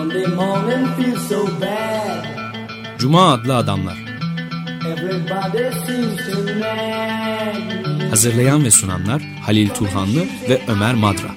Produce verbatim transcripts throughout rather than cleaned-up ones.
Cuma adlı adamlar. Hazırlayan ve sunanlar Halil Turhanlı ve Ömer Madra.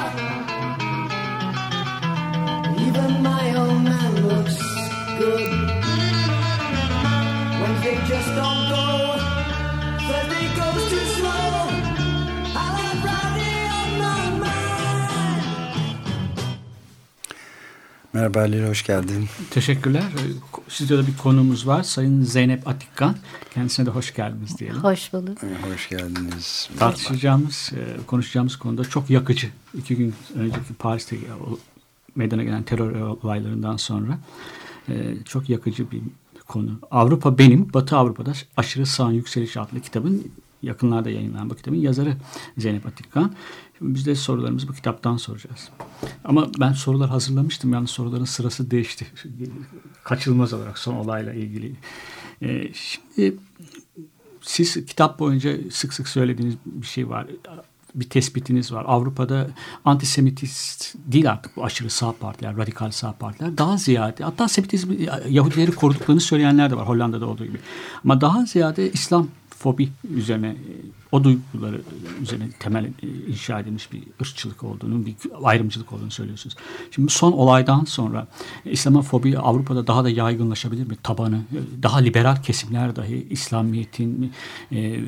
Merhaba Halil, hoş geldin. Teşekkürler. Stüdyoda bir konuğumuz var. Sayın Zeynep Atikkan. Kendisine de hoş geldiniz diyelim. Hoş bulduk. Hoş geldiniz. Tartışacağımız, konuşacağımız konuda çok yakıcı. İki gün önceki Paris'te meydana gelen terör olaylarından sonra çok yakıcı bir konu. Avrupa Benim, Batı Avrupa'da Aşırı Sağın Yükselişi adlı kitabın, yakınlarda yayınlanan bu kitabın yazarı Zeynep Atikkan. Şimdi biz de sorularımızı bu kitaptan soracağız. Ama ben sorular hazırlamıştım. Yalnız soruların sırası değişti. Kaçınılmaz olarak son olayla ilgili. Ee, şimdi siz kitap boyunca sık sık söylediğiniz bir şey var. Bir tespitiniz var. Avrupa'da antisemitist değil artık bu aşırı sağ partiler, radikal sağ partiler. Daha ziyade, hatta Semitizmi, Yahudileri koruduklarını söyleyenler de var Hollanda'da olduğu gibi. Ama daha ziyade İslam fobi üzerine, o duyguları üzerine temel inşa edilmiş bir ırkçılık olduğunu, bir ayrımcılık olduğunu söylüyorsunuz. Şimdi son olaydan sonra İslamofobi Avrupa'da daha da yaygınlaşabilir mi? Tabanı, daha liberal kesimler dahi İslamiyet'in e,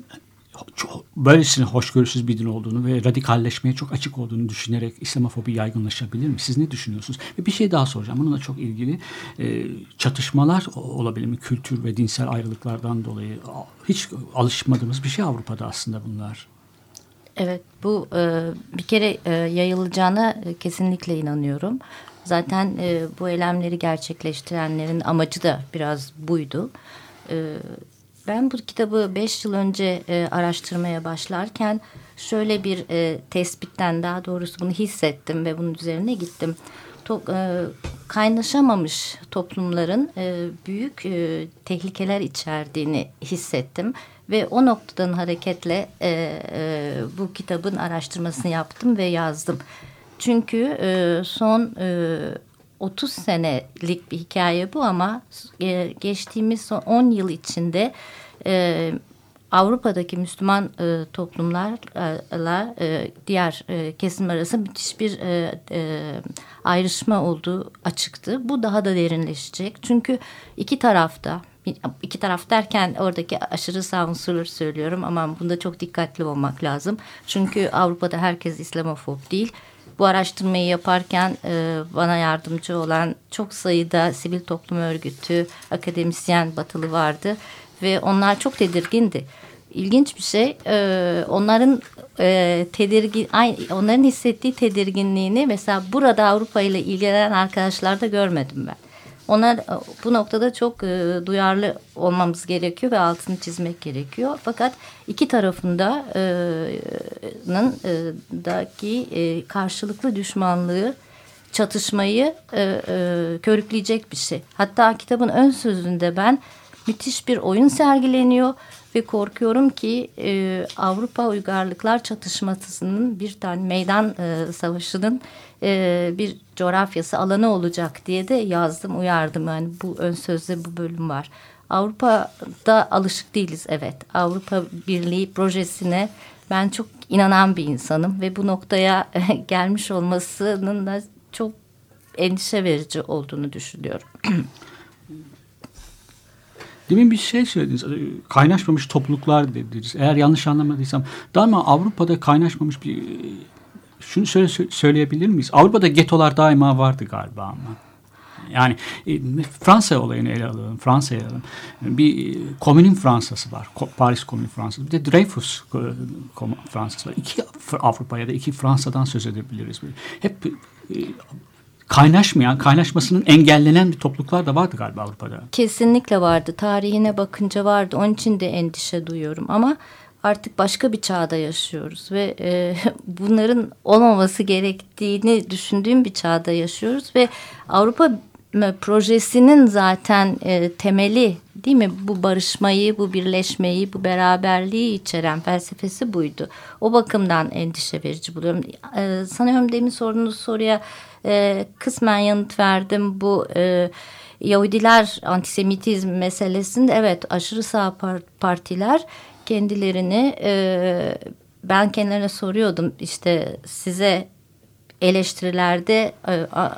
böylesine hoşgörüsüz bir din olduğunu ve radikalleşmeye çok açık olduğunu düşünerek İslamofobi yaygınlaşabilir mi? Siz ne düşünüyorsunuz? Ve bir şey daha soracağım. Bununla çok ilgili e, çatışmalar olabilir mi? Kültür ve dinsel ayrılıklardan dolayı hiç alışmadığımız bir şey Avrupa'da aslında bunlar. Evet, bu e, bir kere e, yayılacağına e, kesinlikle inanıyorum. Zaten e, bu eylemleri gerçekleştirenlerin amacı da biraz buydu. E, Ben bu kitabı beş yıl önce e, araştırmaya başlarken şöyle bir e, tespitten, daha doğrusu bunu hissettim ve bunun üzerine gittim. To, e, kaynaşamamış toplumların e, büyük e, tehlikeler içerdiğini hissettim. Ve o noktadan hareketle e, e, bu kitabın araştırmasını yaptım ve yazdım. Çünkü e, son... E, otuz senelik bir hikaye bu ama e, geçtiğimiz son on yıl içinde e, Avrupa'daki Müslüman e, toplumlarla e, diğer e, kesim arasında müthiş bir e, e, ayrışma olduğu açıktı. Bu daha da derinleşecek. Çünkü iki tarafta, iki taraf derken oradaki aşırı sağ unsurları söylüyorum ama bunda çok dikkatli olmak lazım. Çünkü Avrupa'da herkes İslamofob değil. Bu araştırmayı yaparken e, bana yardımcı olan çok sayıda sivil toplum örgütü, akademisyen batılı vardı ve onlar çok tedirgindi. İlginç bir şey, e, onların e, tedirgin, onların hissettiği tedirginliğini mesela burada Avrupa ile ilgilenen arkadaşlarda görmedim ben. Onlar bu noktada çok e, duyarlı olmamız gerekiyor ve altını çizmek gerekiyor. Fakat iki tarafında e, e, daki e, karşılıklı düşmanlığı, çatışmayı e, e, körükleyecek bir şey. Hatta kitabın ön sözünde ben müthiş bir oyun sergileniyor ve korkuyorum ki e, Avrupa uygarlıklar çatışmasının bir tane meydan e, savaşının e, bir coğrafyası, alanı olacak diye de yazdım, uyardım. Yani bu ön sözde bu bölüm var. Avrupa'da alışık değiliz, evet. Avrupa Birliği projesine ben çok inanan bir insanım ve bu noktaya gelmiş olmasının da çok endişe verici olduğunu düşünüyorum. Demin bir şey söylediniz. Kaynaşmamış topluluklar dediniz. Eğer yanlış anlamadıysam. Daima Avrupa'da kaynaşmamış bir... Şunu söyle, söyleyebilir miyiz? Avrupa'da getolar daima vardı galiba ama. Yani e, Fransa olayını ele alalım. Fransa'ya alalım. Bir e, komünün Fransa'sı var. Ko, Paris Komünü Fransa'sı. Bir de Dreyfus e, Fransa'sı var. İki Avrupa'ya da iki Fransa'dan söz edebiliriz. Hep e, kaynaşmayan, kaynaşmasının engellenen bir topluluklar da vardı galiba Avrupa'da. Kesinlikle vardı. Tarihine bakınca vardı. Onun için de endişe duyuyorum. Ama artık başka bir çağda yaşıyoruz ve e, bunların olmaması gerektiğini düşündüğüm bir çağda yaşıyoruz ve Avrupa projesinin zaten e, temeli değil mi? Bu barışmayı, bu birleşmeyi, bu beraberliği içeren felsefesi buydu. O bakımdan endişe verici buluyorum. E, sanıyorum demin sorduğunuz soruya e, kısmen yanıt verdim. Bu e, Yahudiler antisemitizm meselesinde evet aşırı sağ partiler kendilerini e, ben kendilerine soruyordum işte size eleştirilerde e,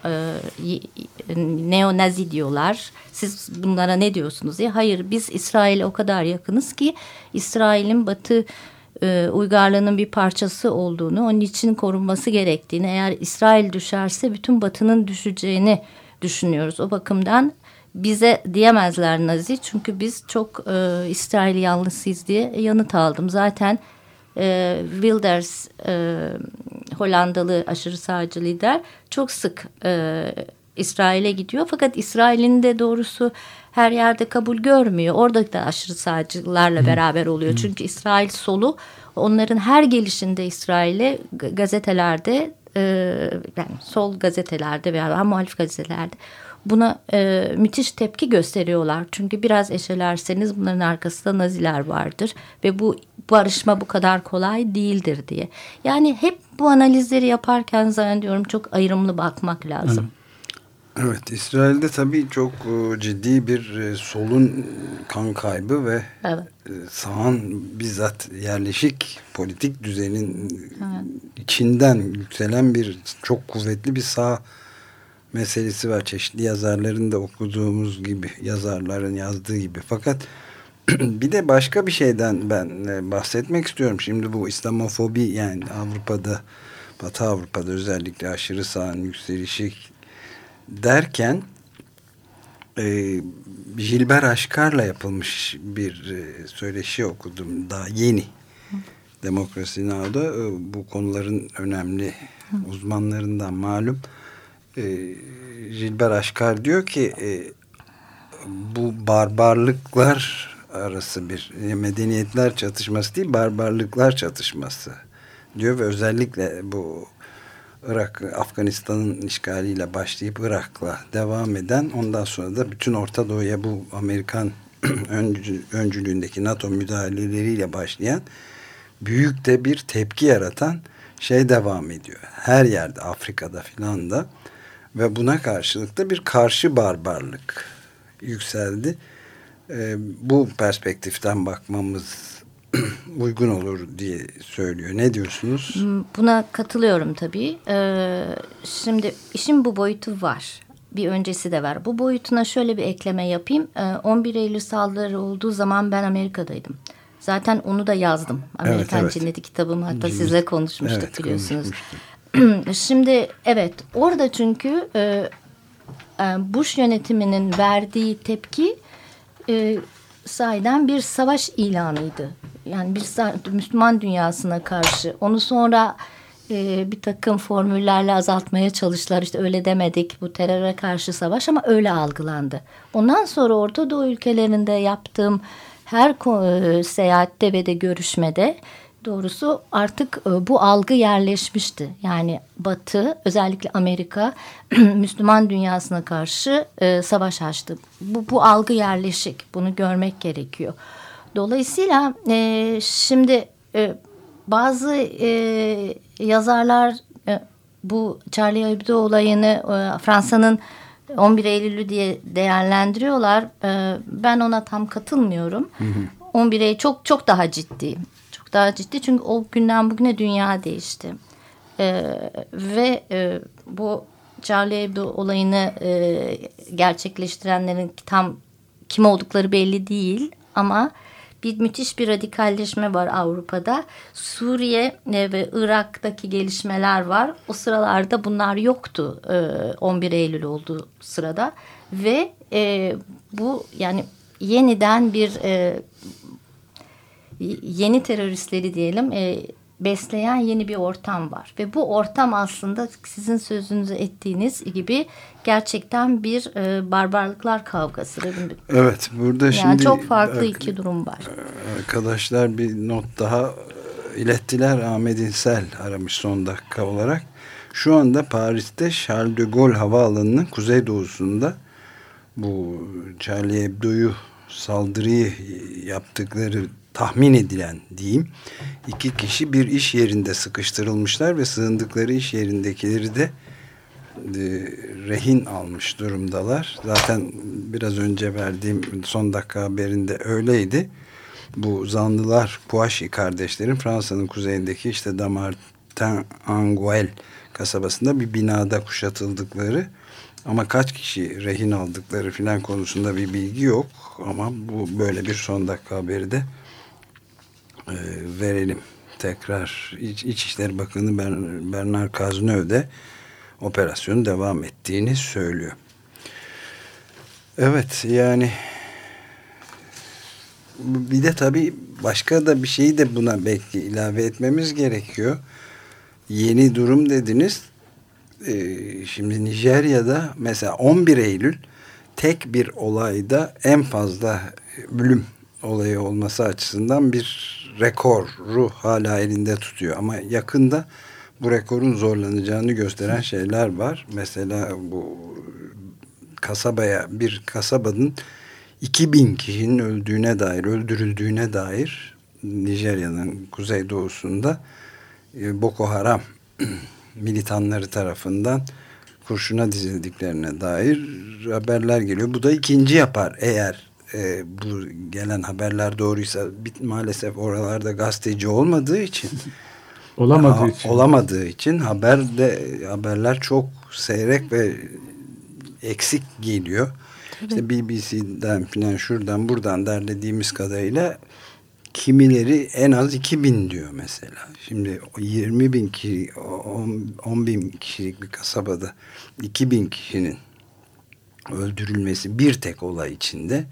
e, neonazi diyorlar. Siz bunlara ne diyorsunuz diye. Hayır biz İsrail'e o kadar yakınız ki İsrail'in Batı e, uygarlığının bir parçası olduğunu, onun için korunması gerektiğini, eğer İsrail düşerse bütün Batı'nın düşeceğini düşünüyoruz. O bakımdan bize diyemezler Nazi çünkü biz çok e, İsrail yanlısıyız diye yanıt aldım. Zaten e, Wilders e, Hollandalı aşırı sağcı lider çok sık e, İsrail'e gidiyor. Fakat İsrail'in de doğrusu her yerde kabul görmüyor. Orada da aşırı sağcılarla beraber oluyor. Çünkü İsrail solu onların her gelişinde İsrail'e gazetelerde e, yani sol gazetelerde veya muhalif gazetelerde buna e, müthiş tepki gösteriyorlar. Çünkü biraz eşelerseniz bunların arkasında Naziler vardır ve bu barışma bu kadar kolay değildir diye. Yani hep bu analizleri yaparken zannediyorum çok ayrımlı bakmak lazım. Evet, İsrail'de tabii çok ciddi bir solun kan kaybı ve evet. sağın bizzat yerleşik politik düzenin evet. içinden yükselen bir çok kuvvetli bir sağ meselesi var. Çeşitli yazarların da okuduğumuz gibi, yazarların yazdığı gibi. Fakat bir de başka bir şeyden ben bahsetmek istiyorum. Şimdi bu İslamofobi, yani Avrupa'da, Batı Avrupa'da özellikle aşırı sağın yükselişi derken e, Gilbert Achcar'la yapılmış bir e, söyleşi okudum. Daha yeni. Demokrasi Now'da e, bu konuların önemli uzmanlarından malum. E, Gilbert Achcar diyor ki e, bu barbarlıklar arası bir medeniyetler çatışması değil, barbarlıklar çatışması diyor ve özellikle bu Irak, Afganistan'ın işgaliyle başlayıp Irak'la devam eden, ondan sonra da bütün Orta Doğu'ya bu Amerikan öncü, öncülüğündeki NATO müdahaleleriyle başlayan büyük de bir tepki yaratan şey devam ediyor. Her yerde, Afrika'da filan da, ve buna karşılık da bir karşı barbarlık yükseldi. Ee, bu perspektiften bakmamız uygun olur diye söylüyor. Ne diyorsunuz? Buna katılıyorum tabii. Ee, şimdi işin bu boyutu var. Bir öncesi de var. Bu boyutuna şöyle bir ekleme yapayım. Ee, on bir Eylül saldırıları olduğu zaman ben Amerika'daydım. Zaten onu da yazdım. Amerikan evet, evet. Cinneti kitabımı hatta Cinneti. Sizle konuşmuştuk evet, biliyorsunuz. Şimdi evet orada çünkü e, Bush yönetiminin verdiği tepki e, sahiden bir savaş ilanıydı. Yani bir Müslüman dünyasına karşı. Onu sonra e, bir takım formüllerle azaltmaya çalıştılar. İşte öyle demedik, bu teröre karşı savaş, ama öyle algılandı. Ondan sonra Orta Doğu ülkelerinde yaptığım her e, seyahatte ve de görüşmede doğrusu artık e, bu algı yerleşmişti. Yani Batı, özellikle Amerika Müslüman dünyasına karşı e, savaş açtı. Bu, bu algı yerleşik. Bunu görmek gerekiyor. Dolayısıyla e, şimdi e, bazı e, yazarlar e, bu Charlie Hebdo olayını e, Fransa'nın on bir Eylül'ü diye değerlendiriyorlar. E, ben ona tam katılmıyorum. Hı hı. on bir Eylül çok çok daha ciddi. Çok daha ciddi çünkü o günden bugüne dünya değişti. E, ve e, bu Charlie Hebdo olayını e, gerçekleştirenlerin tam kim oldukları belli değil ama bir müthiş bir radikalleşme var Avrupa'da. Suriye ve Irak'taki gelişmeler var. O sıralarda bunlar yoktu on bir Eylül olduğu sırada. Ve bu yani yeniden bir yeni teröristleri diyelim besleyen yeni bir ortam var. Ve bu ortam aslında sizin sözünüzü ettiğiniz gibi gerçekten bir e, barbarlıklar kavgası. Evet, burada yani şimdi çok farklı iki durum var. Arkadaşlar bir not daha ilettiler. Ahmet İnsel aramış son dakika olarak. Şu anda Paris'te Charles de Gaulle Havaalanı'nın kuzeydoğusunda bu Charlie Hebdo'yu saldırıyı yaptıkları tahmin edilen diyeyim iki kişi bir iş yerinde sıkıştırılmışlar ve sığındıkları iş yerindekileri de e, rehin almış durumdalar. Zaten biraz önce verdiğim son dakika haberinde öyleydi. Bu zanlılar Pouachy kardeşlerin Fransa'nın kuzeyindeki işte Dammartin-en-Goël kasabasında bir binada kuşatıldıkları ama kaç kişi rehin aldıkları filan konusunda bir bilgi yok ama bu böyle bir son dakika haberi de e, verelim. Tekrar İç, İçişleri Bakanı Bernard Cazeneuve de operasyonun devam ettiğini söylüyor. Evet, yani bir de tabii başka da bir şeyi de buna belki ilave etmemiz gerekiyor. Yeni durum dediniz. Ee, şimdi Nijerya'da mesela on bir Eylül tek bir olayda en fazla ölüm olayı olması açısından bir rekoru hala elinde tutuyor. Ama yakında bu rekorun zorlanacağını gösteren şeyler var. Mesela bu kasabaya, bir kasabanın iki bin kişinin öldüğüne dair, öldürüldüğüne dair Nijerya'nın kuzeydoğusunda Boko Haram militanları tarafından kurşuna dizildiklerine dair haberler geliyor. Bu da ikinci yapar eğer e, bu gelen haberler doğruysa. Maalesef oralarda gazeteci olmadığı için olamadığı ha, için olamadığı için haber de haberler çok seyrek ve eksik geliyor. İşte B B C'den falan şuradan buradan derlediğimiz kadarıyla kimileri en az iki bin diyor mesela. Şimdi yirmi bin kişi, on bin kişilik bir kasabada iki bin kişinin öldürülmesi bir tek olay içinde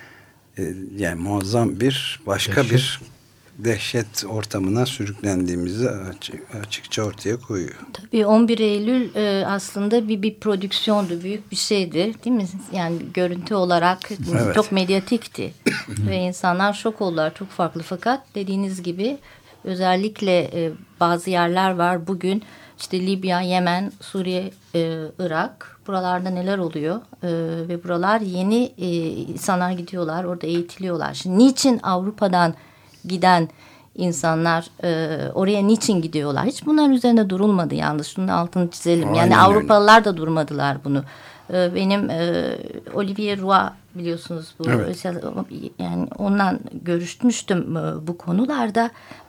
yani muazzam bir başka dehşet. bir dehşet ortamına sürüklendiğimizi açık, açıkça ortaya koyuyor. Tabii on bir Eylül e, aslında bir bir prodüksiyondu, büyük bir şeydi, değil mi? Yani görüntü olarak evet. çok medyatikti ve insanlar şok oldular, çok farklı. Fakat dediğiniz gibi özellikle e, bazı yerler var bugün, işte Libya, Yemen, Suriye, e, Irak, buralarda neler oluyor e, ve buralar yeni e, insanlar gidiyorlar, orada eğitiliyorlar. Şimdi niçin Avrupa'dan giden insanlar e, oraya niçin gidiyorlar? Hiç bunların üzerinde durulmadı yalnız. Şunun altını çizelim. Aynen yani Avrupalılar öyle. Da durmadılar bunu. E, benim e, Olivier Roy biliyorsunuz bu. Evet. Yani ondan görüşmüştüm e, bu konularda.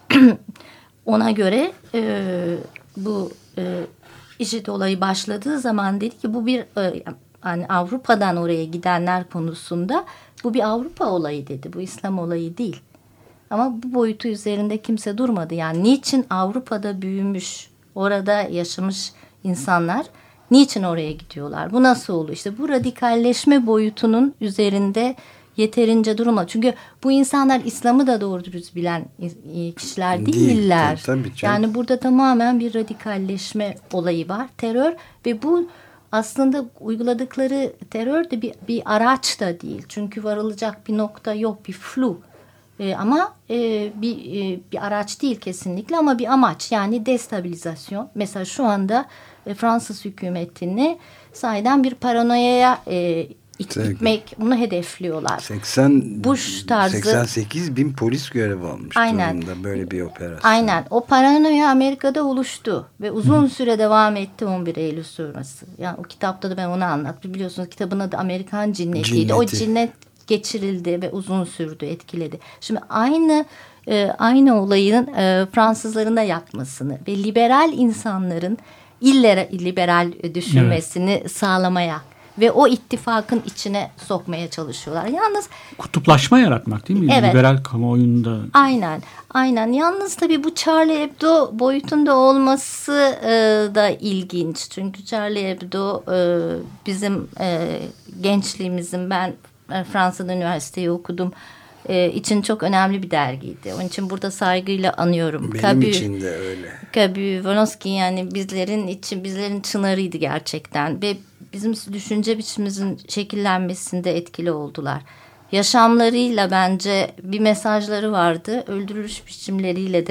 Ona göre e, bu e, IŞİD olayı başladığı zaman dedi ki bu bir e, yani Avrupa'dan oraya gidenler konusunda bu bir Avrupa olayı dedi. Bu İslam olayı değil. Ama bu boyutu üzerinde kimse durmadı. Yani niçin Avrupa'da büyümüş, orada yaşamış insanlar niçin oraya gidiyorlar? Bu nasıl oluyor? İşte bu radikalleşme boyutunun üzerinde yeterince durma. Çünkü bu insanlar İslam'ı da doğru dürüst bilen kişiler değiller. Değil, tabii, tabii yani burada tamamen bir radikalleşme olayı var. Terör ve bu aslında uyguladıkları terör de bir, bir araç da değil. Çünkü varılacak bir nokta yok, bir flu. Ee, ama e, bir, e, bir araç değil kesinlikle ama bir amaç, yani destabilizasyon. Mesela şu anda e, Fransız hükümetini sahiden bir paranoyaya e, itmek, bunu hedefliyorlar. seksen, Bush tarzı, seksen sekiz bin polis görevi almış aynen, durumda böyle bir operasyon. Aynen. O paranoya Amerika'da oluştu ve uzun Hı. süre devam etti on bir Eylül sonrası. Yani o kitapta da ben onu anlattım. Biliyorsunuz kitabın adı Amerikan Cinnetiydi. Cinneti. O cinnet geçirildi ve uzun sürdü, etkiledi. Şimdi aynı e, aynı olayın e, Fransızların da yapmasını ve liberal insanların illiberal düşünmesini evet. sağlamaya ve o ittifakın içine sokmaya çalışıyorlar. Yalnız kutuplaşma yaratmak değil mi? Evet. Liberal kamuoyunda. Aynen. Aynen. Yalnız tabii bu Charlie Hebdo boyutunda olması e, da ilginç. Çünkü Charlie Hebdo e, bizim e, gençliğimizin, ben Fransa'da üniversiteyi okudum, e, için çok önemli bir dergiydi. Onun için burada saygıyla anıyorum. Benim Cabu, için de öyle. Cabu, Volonsky yani bizlerin için, bizlerin çınarıydı gerçekten ve bizim düşünce biçimimizin şekillenmesinde etkili oldular. Yaşamlarıyla bence bir mesajları vardı. Öldürülüş biçimleriyle de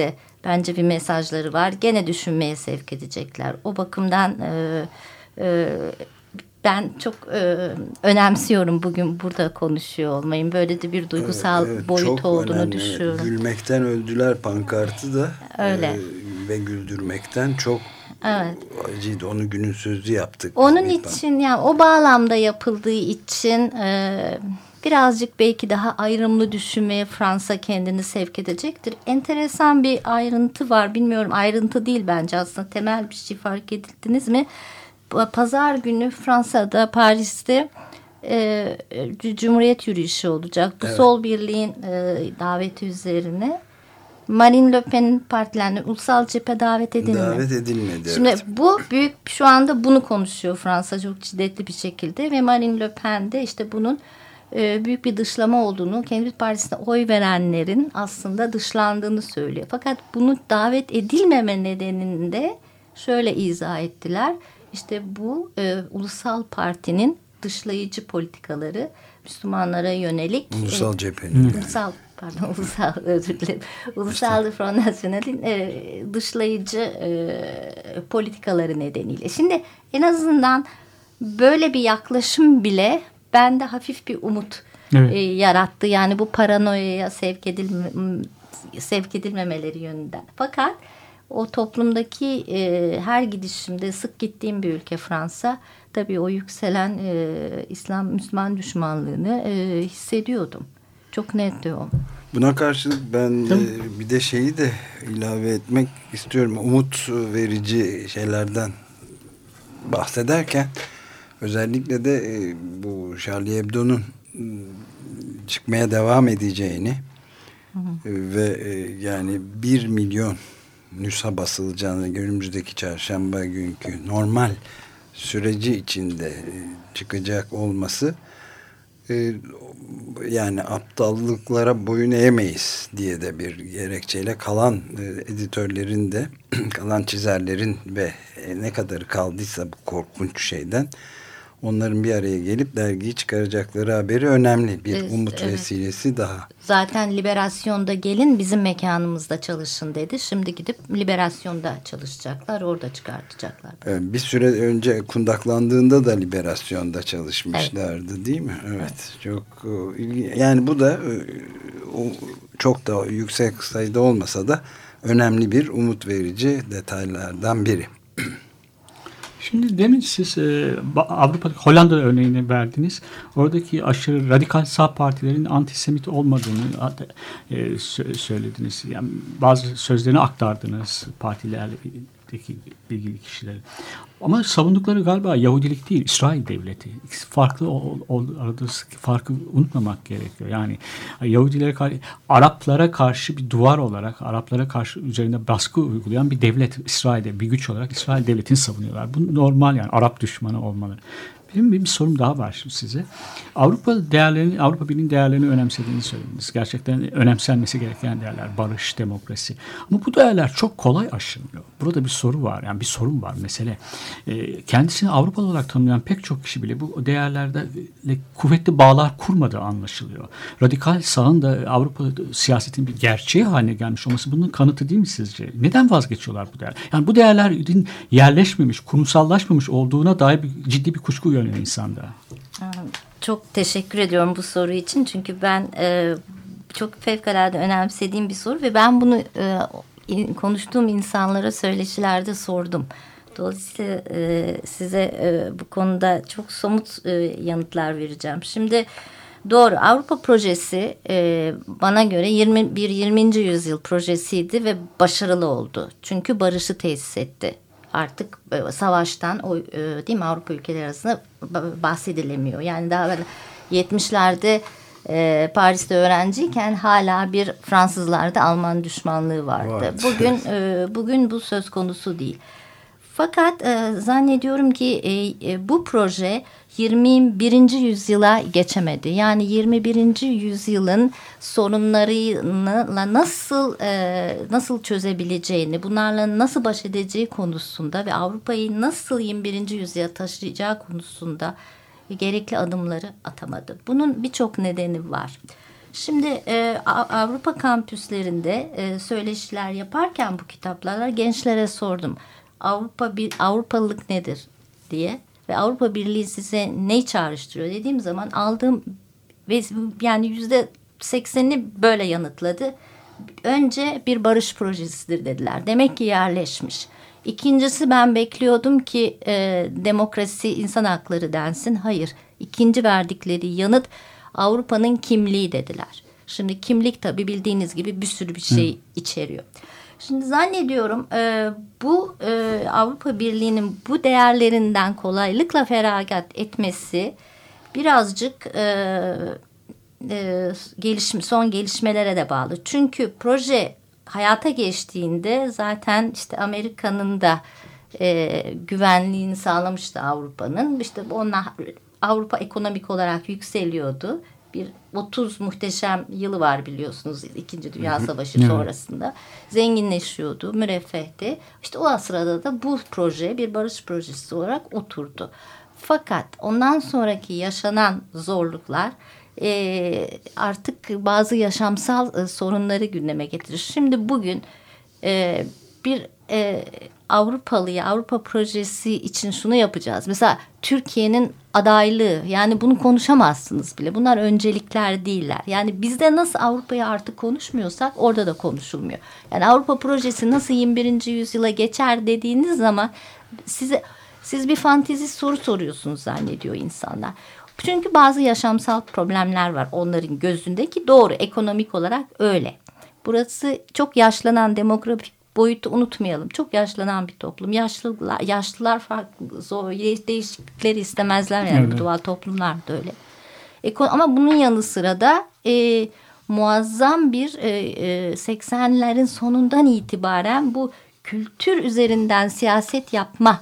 bence bir mesajları var. Gene düşünmeye sevk edecekler. O bakımdan e, e, ben çok e, önemsiyorum bugün burada konuşuyor olmayı. Böyle de bir duygusal evet, boyut olduğunu önemli. düşünüyorum. Gülmekten öldüler pankartı da öyle. E, ve güldürmekten çok evet. acıydı. Onu günün sözü yaptık. Onun için yani o bağlamda yapıldığı için e, birazcık belki daha ayrımlı düşünmeye Fransa kendini sevk edecektir. Enteresan bir ayrıntı var. Bilmiyorum, ayrıntı değil bence, aslında temel bir şey, fark ettiniz mi? Pazar günü Fransa'da, Paris'te e, Cumhuriyet yürüyüşü olacak. Bu evet. Sol Birliğin e, daveti üzerine. Marine Le Pen'in partilerine ulusal cephe davet edilmedi. Davet edilmedi. Şimdi evet. bu büyük, şu anda bunu konuşuyor Fransa çok şiddetli bir şekilde ve Marine Le Pen de işte bunun e, büyük bir dışlama olduğunu, kendi partisine oy verenlerin aslında dışlandığını söylüyor. Fakat bunu davet edilmeme nedeninde şöyle izah ettiler. İşte bu e, ulusal partinin dışlayıcı politikaları, Müslümanlara yönelik. Ulusal e, cephenin. Ulusal, pardon, ulusal, özür dilerim. Ulusal Front National'in e, dışlayıcı e, politikaları nedeniyle. Şimdi en azından böyle bir yaklaşım bile bende hafif bir umut evet. e, yarattı. Yani bu paranoyaya sevk edilme, sevk edilmemeleri yönünden. Fakat o toplumdaki e, her gidişimde, sık gittiğim bir ülke Fransa, tabii o yükselen e, İslam Müslüman düşmanlığını e, hissediyordum. Çok netti o. Buna karşılık ben e, bir de şeyi de ilave etmek istiyorum. Umut verici şeylerden bahsederken özellikle de e, bu Charlie Hebdo'nun e, çıkmaya devam edeceğini hı hı. E, ve e, yani bir milyon nüsha basılacağını, önümüzdeki çarşamba günkü normal süreci içinde çıkacak olması, yani aptallıklara boyun eğmeyiz diye de bir gerekçeyle kalan editörlerin de kalan çizerlerin ve ne kadarı kaldıysa bu korkunç şeyden onların bir araya gelip dergiyi çıkaracakları haberi önemli. Bir evet, umut evet. vesilesi daha. Zaten Liberasyon'da gelin bizim mekanımızda çalışın dedi. Şimdi gidip Liberasyon'da çalışacaklar. Orada çıkartacaklar. Bir süre önce kundaklandığında da Liberasyon'da çalışmışlardı evet. değil mi? Evet. evet. Çok yani bu da çok da yüksek sayıda olmasa da önemli bir umut verici detaylardan biri. Şimdi demin siz e, Avrupa, Hollanda örneğini verdiniz. Oradaki aşırı radikal sağ partilerin antisemit olmadığını e, söylediniz. Yani bazı sözlerini aktardınız partilerdeki bilgili kişileri. Ama savundukları galiba Yahudilik değil, İsrail devleti. İkisi farklı arada farkı unutmamak gerekiyor. Yani Yahudilere karşı, Araplara karşı bir duvar olarak, Araplara karşı üzerinde baskı uygulayan bir devlet, İsrail'de bir güç olarak İsrail devletini savunuyorlar. Bu normal, yani Arap düşmanı olmaları. Benim bir sorum daha var şimdi size. Avrupa değerlerini, Avrupa Birliği'nin değerlerini önemsediğini söylediniz. Gerçekten önemsenmesi gereken değerler, barış, demokrasi. Ama bu değerler çok kolay aşılmıyor. Burada bir soru var, yani bir sorun var, mesele. E, kendisini Avrupalı olarak tanımlayan pek çok kişi bile bu değerlerde kuvvetli bağlar kurmadığı anlaşılıyor. Radikal sağın da Avrupa siyasetinin bir gerçeği haline gelmiş olması bunun kanıtı değil mi sizce? Neden vazgeçiyorlar bu değerler? Yani bu değerlerin yerleşmemiş, kurumsallaşmamış olduğuna dair bir, ciddi bir kuşku uyanıyor insanda. Çok teşekkür ediyorum bu soru için. Çünkü ben e, çok fevkalade önemsediğim bir soru ve ben bunu e, konuştuğum insanlara söyleşilerde sordum. Dolayısıyla e, size e, bu konuda çok somut e, yanıtlar vereceğim. Şimdi doğru, Avrupa projesi e, bana göre yirmi bir yirminci yüzyıl projesiydi ve başarılı oldu. Çünkü barışı tesis etti. Artık e, savaştan o, e, değil mi, Avrupa ülkeleri arasında bahsedilemiyor. Yani daha yetmişlerde e, Paris'te öğrenciyken hala bir Fransızlarda Alman düşmanlığı vardı. Evet. Bugün e, bugün bu söz konusu değil. Fakat e, zannediyorum ki e, e, bu proje yirmi birinci yüzyıla geçemedi. Yani yirmi birinci yüzyılın sorunlarıyla nasıl e, nasıl çözebileceğini, bunlarla nasıl baş edeceği konusunda ve Avrupa'yı nasıl yirmi birinci yüzyıla taşıyacağı konusunda gerekli adımları atamadı. Bunun birçok nedeni var. Şimdi e, Avrupa kampüslerinde e, söyleşiler yaparken bu kitaplarla gençlere sordum. Avrupa bir Avrupalılık nedir diye ve Avrupa Birliği size ne çağrıştırıyor dediğim zaman aldığım ve yani yüzde seksenini böyle yanıtladı. Önce bir barış projesidir dediler. Demek ki yerleşmiş. İkincisi ben bekliyordum ki e, demokrasi, insan hakları densin. Hayır. İkinci verdikleri yanıt Avrupa'nın kimliği dediler. Şimdi kimlik tabii bildiğiniz gibi bir sürü bir şey Hı. içeriyor. Şimdi zannediyorum e, bu e, Avrupa Birliği'nin bu değerlerinden kolaylıkla feragat etmesi birazcık e, e, gelişme, son gelişmelere de bağlı. Çünkü proje hayata geçtiğinde zaten işte Amerika'nın da e, güvenliğini sağlamıştı Avrupa'nın. İşte onlar Avrupa ekonomik olarak yükseliyordu. Bir otuz muhteşem yılı var biliyorsunuz İkinci Dünya Savaşı evet. sonrasında. Zenginleşiyordu, müreffehti. İşte o sırada da bu proje bir barış projesi olarak oturdu. Fakat ondan sonraki yaşanan zorluklar e, artık bazı yaşamsal e, sorunları gündeme getirir. Şimdi bugün e, bir e, Avrupalı'ya Avrupa projesi için şunu yapacağız. Mesela Türkiye'nin adaylığı yani bunu konuşamazsınız bile. Bunlar öncelikler değiller. Yani bizde nasıl Avrupa'yı artık konuşmuyorsak orada da konuşulmuyor. Yani Avrupa projesi nasıl yirmi birinci yüzyıla geçer dediğiniz zaman size siz bir fantezi soru soruyorsunuz zannediyor insanlar. Çünkü bazı yaşamsal problemler var onların gözündeki doğru ekonomik olarak öyle. Burası çok yaşlanan demografik boyutu unutmayalım. Çok yaşlanan bir toplum. Yaşlılar, yaşlılar farklı zor, değişiklikleri istemezler yani evet. Doğal toplumlar da öyle. Eko, ama bunun yanı sıra da e, muazzam bir e, e, seksenlerin sonundan itibaren bu kültür üzerinden siyaset yapma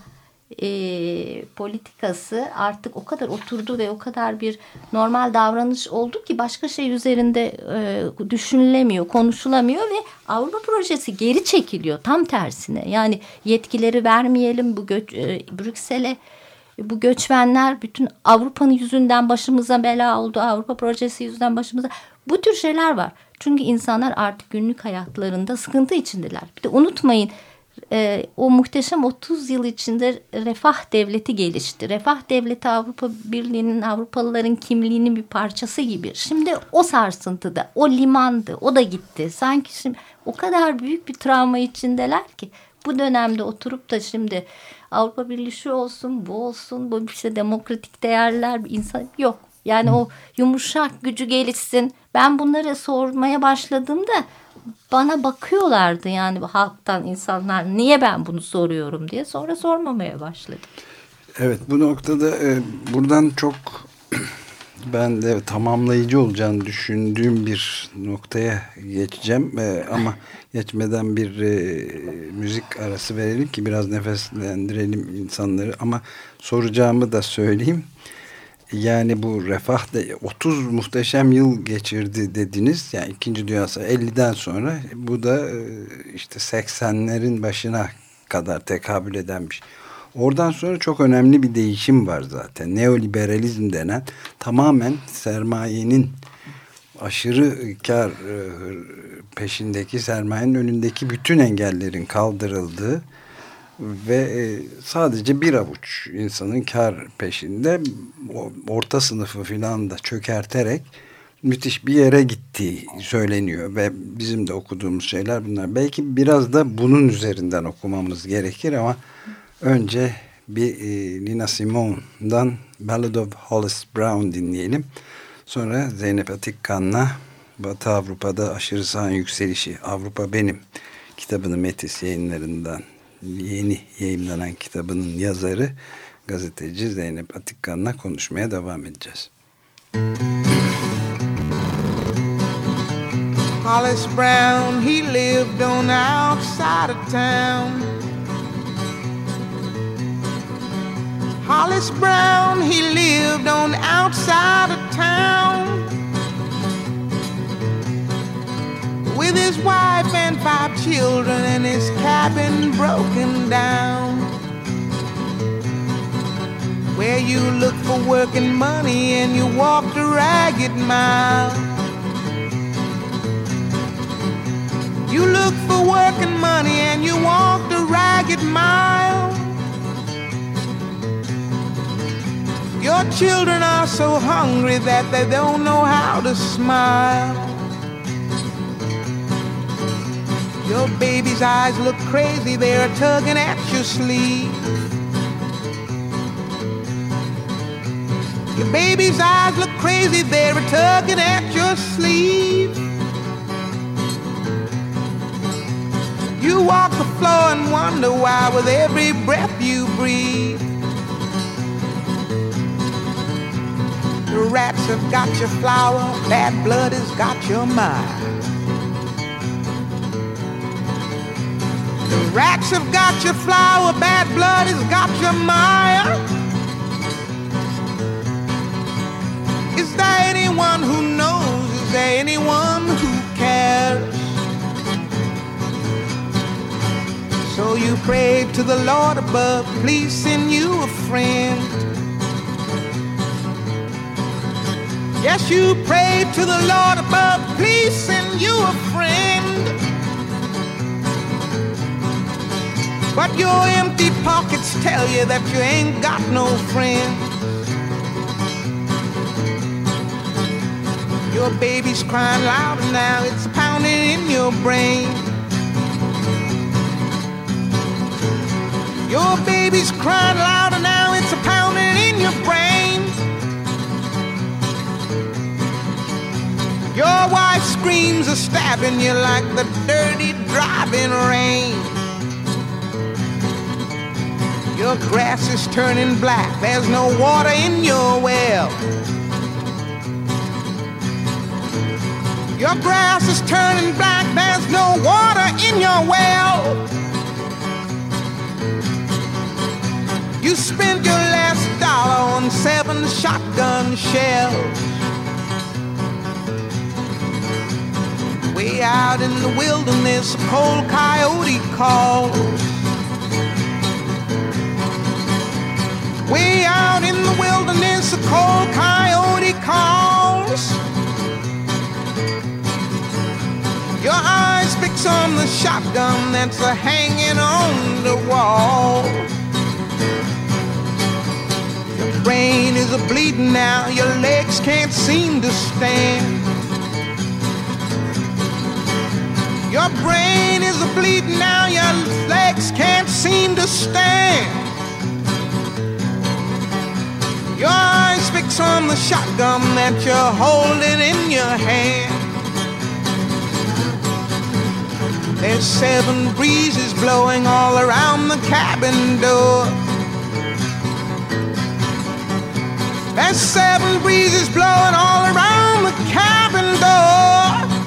E, politikası artık o kadar oturdu ve o kadar bir normal davranış oldu ki başka şey üzerinde e, düşünülemiyor, konuşulamıyor ve Avrupa projesi geri çekiliyor tam tersine. Yani yetkileri vermeyelim bu göç, e, Brüksel'e bu göçmenler bütün Avrupa'nın yüzünden başımıza bela oldu. Avrupa projesi yüzünden başımıza bu tür şeyler var. Çünkü insanlar artık günlük hayatlarında sıkıntı içindeler. Bir de unutmayın Ee, o muhteşem otuz yıl içinde refah devleti gelişti. Refah devleti Avrupa Birliği'nin Avrupalıların kimliğinin bir parçası gibi. Şimdi o sarsıntıda, o limandı, o da gitti. Sanki şimdi o kadar büyük bir travma içindeler ki bu dönemde oturup da şimdi Avrupa Birliği şu olsun, bu olsun, bu işte demokratik değerler, insan yok. Yani Hı. o yumuşak gücü gelişsin. Ben bunları sormaya başladığımda bana bakıyorlardı yani halktan insanlar niye ben bunu soruyorum diye sonra sormamaya başladım. Evet bu noktada e, buradan çok ben de tamamlayıcı olacağını düşündüğüm bir noktaya geçeceğim e, ama geçmeden bir e, müzik arası verelim ki biraz nefeslendirelim insanları ama soracağımı da söyleyeyim. Yani bu refah de otuz muhteşem yıl geçirdi dediniz. Yani İkinci Dünya Savaşı elliden sonra bu da işte seksenlerin başına kadar tekabül eden bir şey. Oradan sonra çok önemli bir değişim var zaten. Neoliberalizm denen tamamen sermayenin aşırı kar peşindeki sermayenin önündeki bütün engellerin kaldırıldığı ve sadece bir avuç insanın kar peşinde orta sınıfı filan da çökerterek müthiş bir yere gittiği söyleniyor ve bizim de okuduğumuz şeyler bunlar. Belki biraz da bunun üzerinden okumamız gerekir ama önce bir e, Nina Simone'dan Ballad of Hollis Brown dinleyelim. Sonra Zeynep Atikkan'la Batı Avrupa'da aşırı sağın yükselişi Avrupa Benim kitabını Metis yayınlarından yeni yayımlanan kitabının yazarı gazeteci Zeynep Atikkan'la konuşmaya devam edeceğiz. Hollis Brown, he lived on the outside of town. Hollis Brown, he lived on the outside of town with his wife and five children and his cabin broken down. Where you look for work and money and you walk the ragged mile. You look for work and money and you walk the ragged mile. Your children are so hungry that they don't know how to smile. Your baby's eyes look crazy, they're tugging at your sleeve. Your baby's eyes look crazy, they're tugging at your sleeve. You walk the floor and wonder why with every breath you breathe. The rats have got your flower, bad blood has got your mind. The rats have got your flower, bad blood has got your mind. Is there anyone who knows? Is there anyone who cares? So you pray to the Lord above, please send you a friend. Yes, you pray to the Lord above, please send you a friend. But your empty pockets tell you that you ain't got no friend. Your baby's crying louder now, it's pounding in your brain. Your baby's crying louder now, it's pounding in your brain. Your wife screams are stabbing you like the dirty driving rain. Your grass is turning black, there's no water in your well. Your grass is turning black, there's no water in your well. You spent your last dollar on seven shotgun shells. Way out in the wilderness, a cold coyote calls. Way out in the wilderness, a cold coyote calls. Your eyes fix on the shotgun that's a hanging on the wall. Your brain is a bleeding now, your legs can't seem to stand. Your brain is a bleeding now, your legs can't seem to stand. Your eyes fix on the shotgun that you're holding in your hand. There's seven breezes blowing all around the cabin door. There's seven breezes blowing all around the cabin door.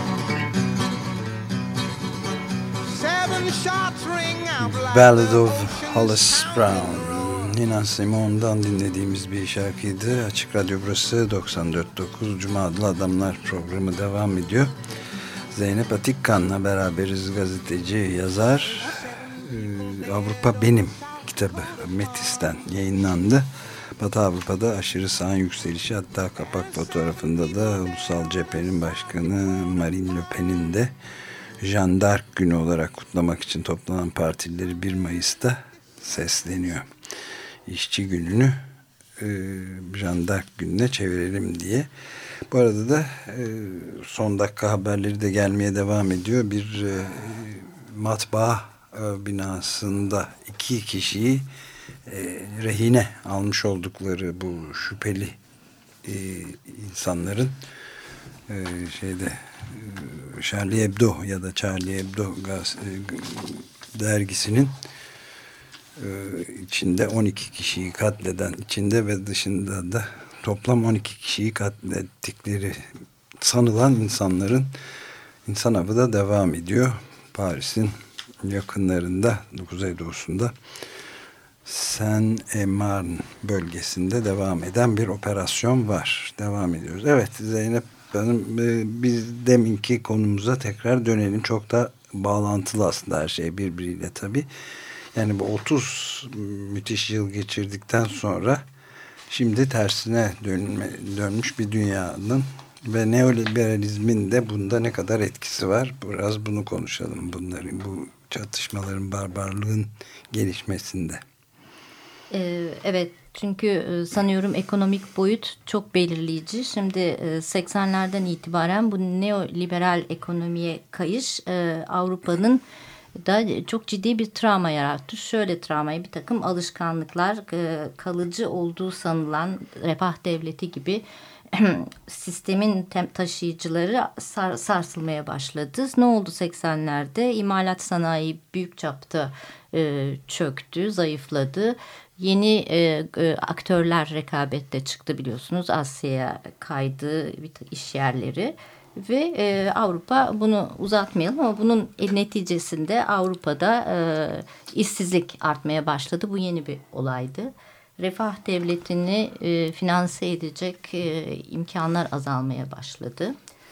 Seven shots ring out like Ballad of Hollis Brown. Nina Simone'dan dinlediğimiz bir şarkıydı. Açık Radyo burası doksan dört nokta dokuz Cuma Adlı Adamlar programı devam ediyor. Zeynep Atikkan'la beraberiz, gazeteci, yazar. Ee, Avrupa Benim kitabı Metis'ten yayınlandı. Batı Avrupa'da aşırı sağın yükselişi, hatta kapak fotoğrafında da Ulusal Cephe'nin başkanı Marine Le Pen'in de Jeanne d'Arc günü olarak kutlamak için toplanan partilileri bir Mayıs'ta sesleniyor. İşçi gününü e, Jeanne d'Arc gününe çevirelim diye. Bu arada da e, son dakika haberleri de gelmeye devam ediyor. Bir e, matbaa e, binasında iki kişiyi e, rehine almış oldukları bu şüpheli e, insanların e, şeyde e, Charlie Hebdo ya da Charlie Hebdo gaz, e, dergisinin e, içinde on iki kişiyi katleden, içinde ve dışında da toplam on iki kişiyi katlettikleri sanılan insanların insan avı da devam ediyor. Paris'in yakınlarında, kuzeydoğusunda Seine-et-Marne bölgesinde devam eden bir operasyon var. Devam ediyoruz. Evet Zeynep Hanım, biz deminki konumuza tekrar dönelim. Çok da bağlantılı aslında her şey birbiriyle tabii. Yani bu otuz müthiş yıl geçirdikten sonra şimdi tersine dönme, dönmüş bir dünyanın Ve neoliberalizmin de bunda ne kadar etkisi var? Biraz bunu konuşalım. Bunların, bu çatışmaların, barbarlığın gelişmesinde. Ee, evet, çünkü sanıyorum ekonomik boyut çok belirleyici. Şimdi seksenlerden itibaren bu neoliberal ekonomiye kayış Avrupa'nın da çok ciddi bir travma yarattı. Şöyle travmayı, bir takım alışkanlıklar, kalıcı olduğu sanılan refah devleti gibi sistemin taşıyıcıları sar, sarsılmaya başladı. Ne oldu seksenlerde? İmalat sanayi büyük çapta e, çöktü, zayıfladı. Yeni e, e, aktörler rekabette çıktı, biliyorsunuz. Asya'ya kaydı iş yerleri. Ve e, Avrupa, bunu uzatmayalım ama bunun neticesinde Avrupa'da e, işsizlik artmaya başladı. Bu yeni bir olaydı. Refah devletini e, finanse edecek e, imkanlar azalmaya başladı.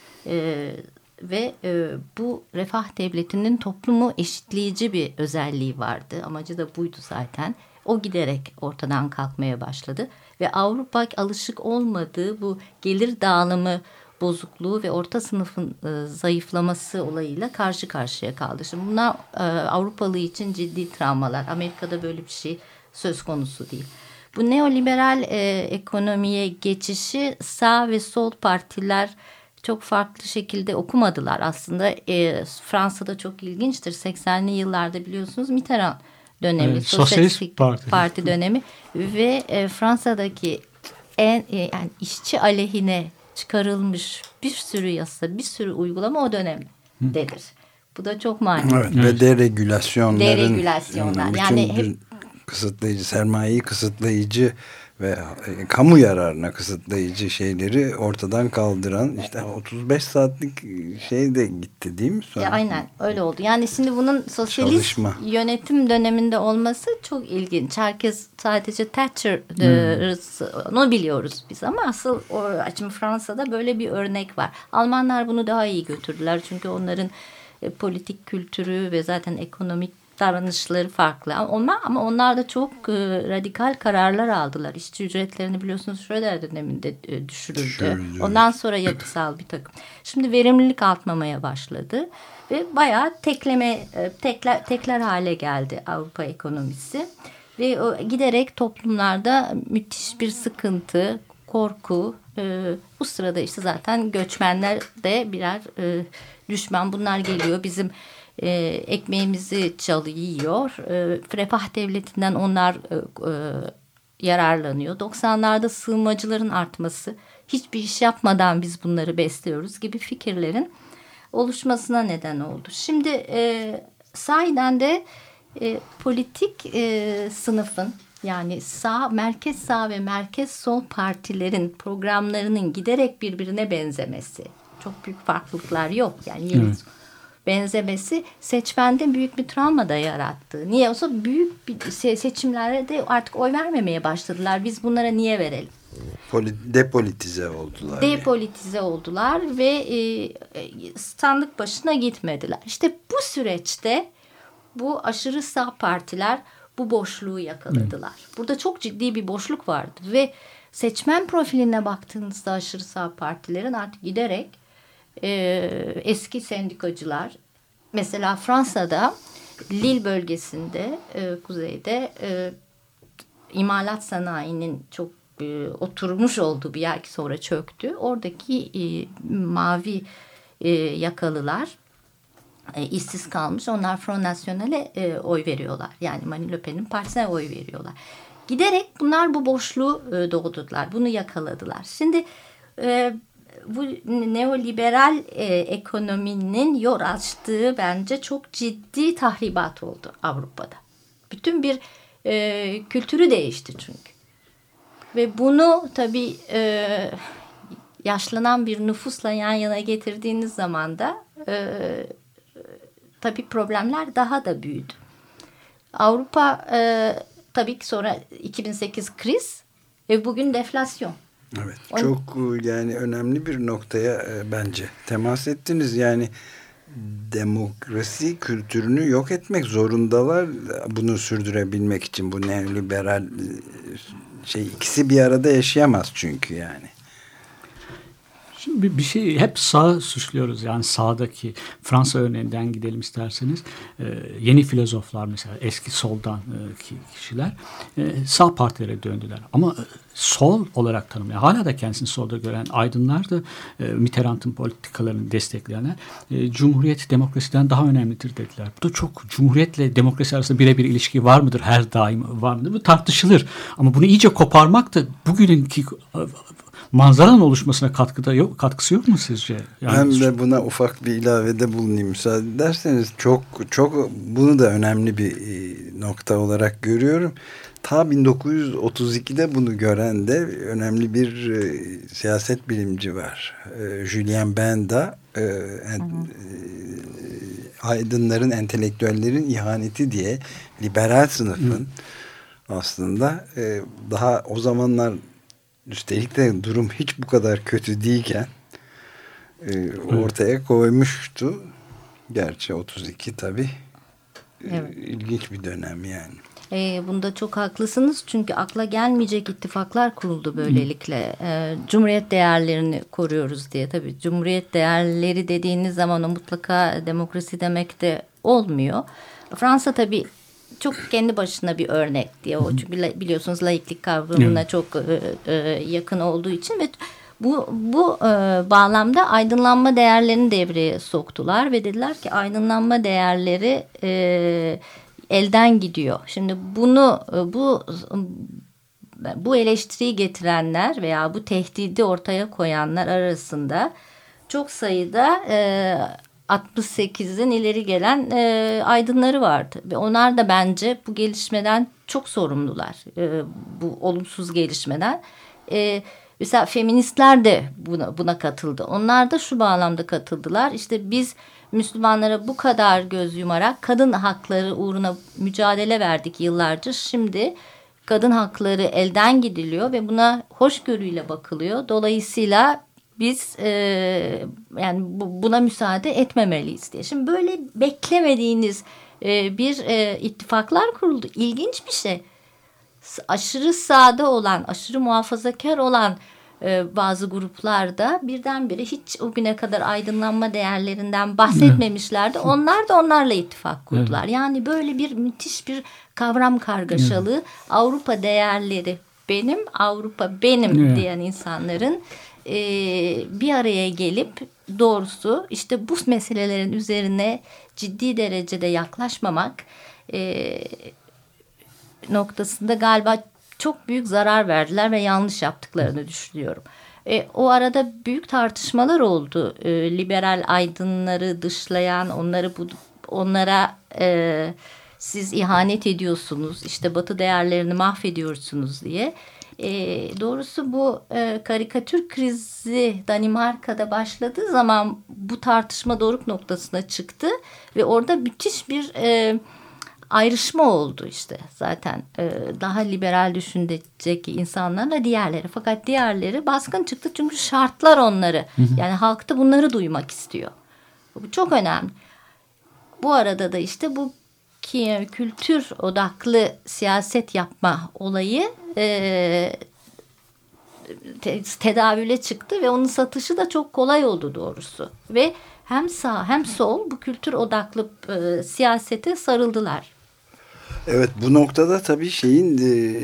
E, ve e, bu refah devletinin toplumu eşitleyici bir özelliği vardı. Amacı da buydu zaten. O giderek ortadan kalkmaya başladı. Ve Avrupa alışık olmadığı bu gelir dağılımı bozukluğu ve orta sınıfın e, zayıflaması olayıyla karşı karşıya kaldı. Şimdi bunlar e, Avrupalı için ciddi travmalar. Amerika'da böyle bir şey söz konusu değil. Bu neoliberal e, ekonomiye geçişi sağ ve sol partiler çok farklı şekilde okumadılar. Aslında e, Fransa'da çok ilginçtir. seksenli yıllarda biliyorsunuz Mitterrand dönemi, evet, Sosyalist Sosyalist Parti, Parti dönemi ve e, Fransa'daki en e, yani işçi aleyhine çıkarılmış bir sürü yasa, bir sürü uygulama o dönemdedir. Bu da çok manidar. Evet, evet. Ve deregülasyonların, deregülasyonlar. Yani hep kısıtlayıcı, sermayeyi kısıtlayıcı ve e, kamu yararına kısıtlayıcı şeyleri ortadan kaldıran, işte otuz beş saatlik şey de gitti değil mi? Sonra? Ya, aynen öyle oldu. Yani şimdi bunun sosyalist Çalışma. yönetim döneminde olması çok ilginç. Herkes sadece Thatcher'ı hmm. biliyoruz biz ama asıl o, şimdi Fransa'da böyle bir örnek var. Almanlar bunu daha iyi götürdüler çünkü onların e, politik kültürü ve zaten ekonomik davranışları farklı. Onlar, ama onlar da çok e, radikal kararlar aldılar. İşçi ücretlerini biliyorsunuz Schröder döneminde e, düşürüldü. Düşürüldü. Ondan sonra yapısal bir takım. Şimdi verimlilik artmamaya başladı ve bayağı tekleme e, tekler, tekler hale geldi Avrupa ekonomisi. Ve o, giderek toplumlarda müthiş bir sıkıntı, korku. E, bu sırada işte zaten göçmenler de birer e, düşman. Bunlar geliyor bizim E, ekmeğimizi çalıyor, yiyor. E, refah devletinden onlar e, e, yararlanıyor. doksanlarda sığınmacıların artması, hiçbir iş yapmadan biz bunları besliyoruz gibi fikirlerin oluşmasına neden oldu. Şimdi e, sahiden de e, politik e, sınıfın, yani sağ, merkez sağ ve merkez sol partilerin programlarının giderek birbirine benzemesi. Çok büyük farklılıklar yok. Yani yeni evet. benzemesi seçmende büyük bir travma da yarattı. Niye olsa büyük bir seçimlerde artık oy vermemeye başladılar. Biz bunlara niye verelim? Depolitize oldular. Depolitize yani. oldular ve e, sandık başına gitmediler. İşte bu süreçte bu aşırı sağ partiler bu boşluğu yakaladılar. Hı. Burada çok ciddi bir boşluk vardı ve seçmen profiline baktığınızda aşırı sağ partilerin artık giderek e, eski sendikacılar, mesela Fransa'da Lille bölgesinde e, kuzeyde e, imalat sanayinin çok e, oturmuş olduğu bir yer ki sonra çöktü. Oradaki e, mavi e, yakalılar e, işsiz kalmış. Onlar Front National'e e, oy veriyorlar. Yani Marine Le Pen'in partisine oy veriyorlar. Giderek bunlar bu boşluğu e, doldurdular. Bunu yakaladılar. Şimdi e, bu neoliberal e, ekonominin yol açtığı bence çok ciddi tahribat oldu Avrupa'da. Bütün bir e, kültürü değişti çünkü. Ve bunu tabii e, yaşlanan bir nüfusla yan yana getirdiğiniz zaman da e, tabii problemler daha da büyüdü. Avrupa e, tabii ki sonra iki bin sekiz kriz ve bugün deflasyon. Evet, çok yani önemli bir noktaya e, bence temas ettiniz. Yani demokrasi kültürünü yok etmek zorundalar bunu sürdürebilmek için. Bu neoliberal şey, ikisi bir arada yaşayamaz çünkü yani. Şimdi bir, bir şey hep sağı suçluyoruz. Yani sağdaki Fransa örneğinden gidelim isterseniz. Ee, yeni filozoflar mesela eski soldan e, ki, kişiler e, sağ partilere döndüler. Ama e, sol olarak tanımlayan, hala da kendisini solda gören aydınlar da e, Mitterrand'ın politikalarını destekleyenler e, Cumhuriyet demokrasiden daha önemlidir dediler. Bu da çok, Cumhuriyetle demokrasi arasında birebir ilişki var mıdır? Her daim var mıdır? Bu tartışılır. Ama bunu iyice koparmak da bugününki manzaranın oluşmasına katkıda yok, katkısı yok mu sizce? Yani ben de buna ufak bir ilavede bulunayım müsaade ederseniz. Çok çok bunu da önemli bir nokta olarak görüyorum. Ta bin dokuz yüz otuz ikide bunu gören de önemli bir e, siyaset bilimci var. E, Julien Benda e, en, e, aydınların, entelektüellerin ihaneti diye liberal sınıfın Hı. aslında e, daha o zamanlar üstelik de durum hiç bu kadar kötü değilken e, ortaya koymuştu. Gerçi otuz iki tabii evet. e, ilginç bir dönem yani. E, bunda çok haklısınız çünkü akla gelmeyecek ittifaklar kuruldu böylelikle. E, Cumhuriyet değerlerini koruyoruz diye. Tabii Cumhuriyet değerleri dediğiniz zaman o mutlaka demokrasi demek de olmuyor. Fransa tabii çok kendi başına bir örnek diye. O çünkü biliyorsunuz laiklik kavramına evet. çok e, e, yakın olduğu için ve bu bu e, bağlamda aydınlanma değerlerini devreye soktular ve dediler ki aydınlanma değerleri e, elden gidiyor. Şimdi bunu bu bu eleştiriyi getirenler veya bu tehdidi ortaya koyanlar arasında çok sayıda e, altmış sekizden ileri gelen e, aydınları vardı. Ve onlar da bence bu gelişmeden çok sorumlular. E, bu olumsuz gelişmeden. E, mesela feministler de buna, buna katıldı. Onlar da şu bağlamda katıldılar. İşte biz Müslümanlara bu kadar göz yumarak kadın hakları uğruna mücadele verdik yıllarca. Şimdi kadın hakları elden gidiliyor ve buna hoşgörüyle bakılıyor. Dolayısıyla biz e, yani bu, buna müsaade etmemeliyiz diye. Şimdi böyle beklemediğiniz e, bir e, ittifaklar kuruldu. İlginç bir şey. Aşırı sağda olan, aşırı muhafazakar olan e, bazı gruplarda birdenbire hiç o güne kadar aydınlanma değerlerinden bahsetmemişlerdi. Onlar da onlarla ittifak kurdular. Evet. Yani böyle bir müthiş bir kavram kargaşalığı. Evet. Avrupa değerleri benim, Avrupa benim evet. diyen insanların e, bir araya gelip doğrusu işte bu meselelerin üzerine ciddi derecede yaklaşmamak e, noktasında galiba çok büyük zarar verdiler ve yanlış yaptıklarını düşünüyorum. E, o arada büyük tartışmalar oldu. E, liberal aydınları dışlayan, onları bu, onlara e, siz ihanet ediyorsunuz, işte Batı değerlerini mahvediyorsunuz diye. E, doğrusu bu e, karikatür krizi Danimarka'da başladığı zaman bu tartışma doruk noktasına çıktı ve orada müthiş bir e, ayrışma oldu işte zaten e, daha liberal düşünecek insanlarla diğerleri. Fakat diğerleri baskın çıktı çünkü şartlar onları. Hı hı. Yani halk da bunları duymak istiyor. Bu çok önemli. Bu arada da işte bu ki, kültür odaklı siyaset yapma olayı e, te, tedavüle çıktı ve onun satışı da çok kolay oldu doğrusu. Ve hem sağ hem sol bu kültür odaklı e, siyasete sarıldılar. Evet, bu noktada tabii şeyin e,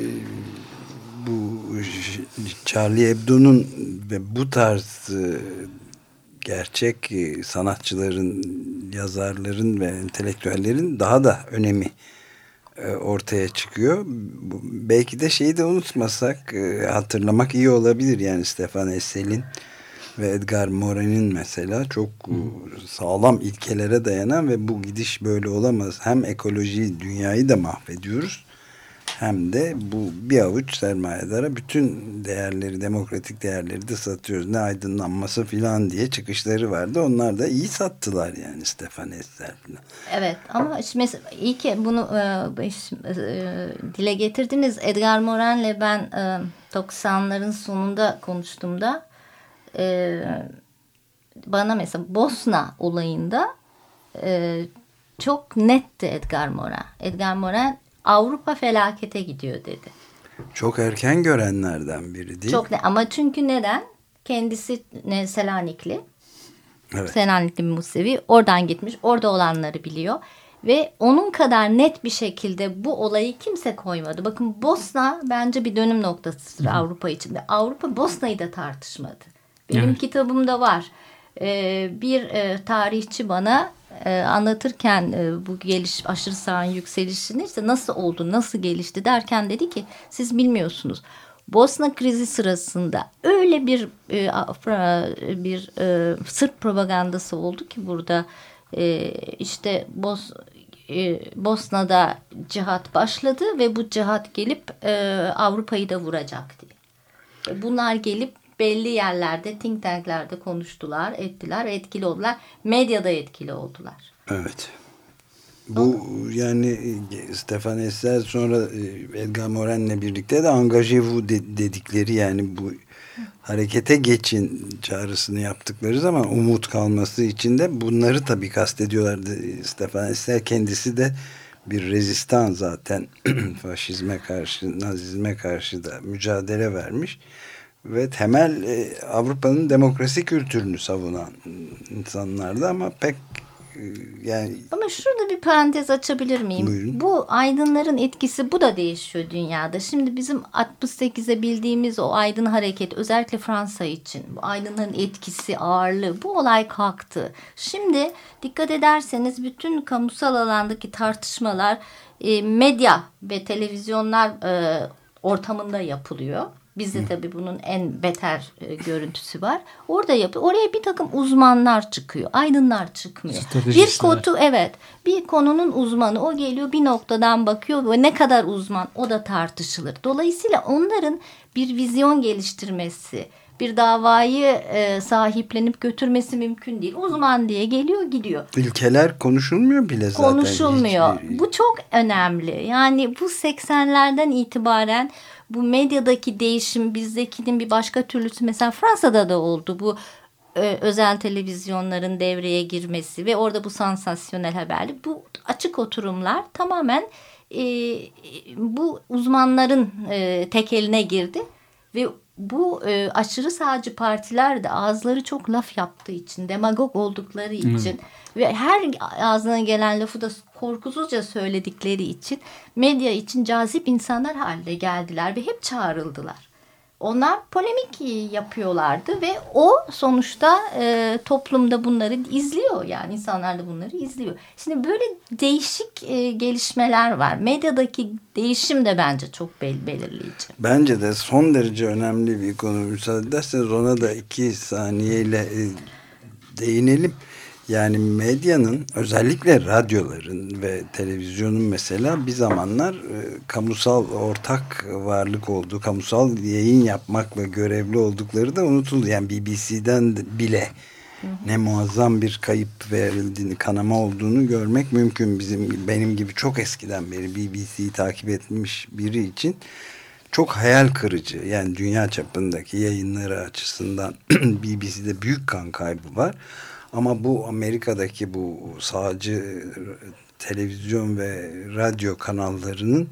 bu Charlie Hebdo'nun ve bu tarz e, gerçek e, sanatçıların, yazarların ve entelektüellerin daha da önemi e, ortaya çıkıyor. Bu, belki de şeyi de unutmasak e, hatırlamak iyi olabilir. Yani Stefan Essel'in ve Edgar Morin'in mesela çok sağlam ilkelere dayanan ve bu gidiş böyle olamaz. Hem ekolojiyi, dünyayı da mahvediyoruz hem de bu bir avuç sermayedara bütün değerleri, demokratik değerleri de satıyoruz. Ne aydınlanması filan diye çıkışları vardı. Onlar da iyi sattılar yani Stefan Essel filan. Evet ama mesela iyi ki bunu e, e, dile getirdiniz. Edgar Morin'le ben e, doksanların sonunda konuştuğumda Ee, bana mesela Bosna olayında e, çok netti Edgar Morin. Edgar Morin Avrupa felakete gidiyor dedi. Çok erken görenlerden biri değil. Çok ne, ama çünkü neden? kendisi e, Selanikli. Evet. Selanikli bir Musevi. Oradan gitmiş. Orada olanları biliyor. Ve onun kadar net bir şekilde bu olayı kimse koymadı. Bakın Bosna bence bir dönüm noktasıdır Hı. Avrupa için de. Avrupa Bosna'yı da tartışmadı. Benim evet. kitabımda var. Ee, bir e, tarihçi bana e, anlatırken e, bu geliş aşırı sağın yükselişini işte nasıl oldu, nasıl gelişti derken dedi ki siz bilmiyorsunuz. Bosna krizi sırasında öyle bir e, bir e, Sırp propagandası oldu ki burada e, işte Bos, e, Bosna'da cihat başladı ve bu cihat gelip e, Avrupa'yı da vuracak diye. Bunlar gelip belli yerlerde, think tanklerde konuştular, ettiler, etkili oldular. Medyada etkili oldular. Evet. Bu yani Stefan Hessel sonra Edgar Morin'le birlikte de Engagez-vous dedikleri yani bu harekete geçin çağrısını yaptıkları zaman umut kalması için de bunları tabii kastediyorlardı. Stefan Hessel kendisi de bir rezistan zaten faşizme karşı, nazizme karşı da mücadele vermiş. Ve temel e, Avrupa'nın demokrasi kültürünü savunan insanlardı ama pek e, yani... Ama şurada bir parantez açabilir miyim? Buyurun. Bu aydınların etkisi bu da değişiyor dünyada. Şimdi bizim altmış sekize bildiğimiz o aydın hareket özellikle Fransa için bu aydınların etkisi, ağırlığı bu olay kalktı. Şimdi dikkat ederseniz bütün kamusal alandaki tartışmalar e, medya ve televizyonlar e, ortamında yapılıyor. Bizde tabii bunun en beter e, görüntüsü var. Orada yapıyor. Oraya bir takım uzmanlar çıkıyor. Aydınlar çıkmıyor. Bir kotu evet. Bir konunun uzmanı o geliyor bir noktadan bakıyor ve ne kadar uzman o da tartışılır. Dolayısıyla onların bir vizyon geliştirmesi, bir davayı e, sahiplenip götürmesi mümkün değil. Uzman diye geliyor gidiyor. İlkeler konuşulmuyor bile zaten. Konuşulmuyor. Hiçbir... Bu çok önemli. Yani bu seksenlerden itibaren bu medyadaki değişim bizdekinin bir başka türlüsü mesela Fransa'da da oldu. Bu e, özel televizyonların devreye girmesi ve orada bu sansasyonel haberlik. Bu açık oturumlar tamamen e, bu uzmanların e, tek eline girdi ve bu e, aşırı sağcı partiler de ağızları çok laf yaptığı için, demagog oldukları için hmm. ve her ağzına gelen lafı da korkusuzca söyledikleri için medya için cazip insanlar haline geldiler ve hep çağrıldılar. Onlar polemik yapıyorlardı ve o sonuçta e, toplumda bunları izliyor. Yani insanlar da bunları izliyor. Şimdi böyle değişik e, gelişmeler var. Medyadaki değişim de bence çok bel belirleyici. Bence de son derece önemli bir konu. Müsaade ederseniz ona da iki saniyeyle e, değinelim. Yani medyanın özellikle radyoların ve televizyonun mesela bir zamanlar e, kamusal ortak varlık olduğu, kamusal yayın yapmakla görevli oldukları da unutuldu. Yani B B C'den bile hı hı. ne muazzam bir kayıp verildiğini, kanama olduğunu görmek mümkün. Bizim benim gibi çok eskiden beri B B C'yi takip etmiş biri için çok hayal kırıcı. Yani dünya çapındaki yayınları açısından B B C'de büyük kan kaybı var. Ama bu Amerika'daki bu sağcı televizyon ve radyo kanallarının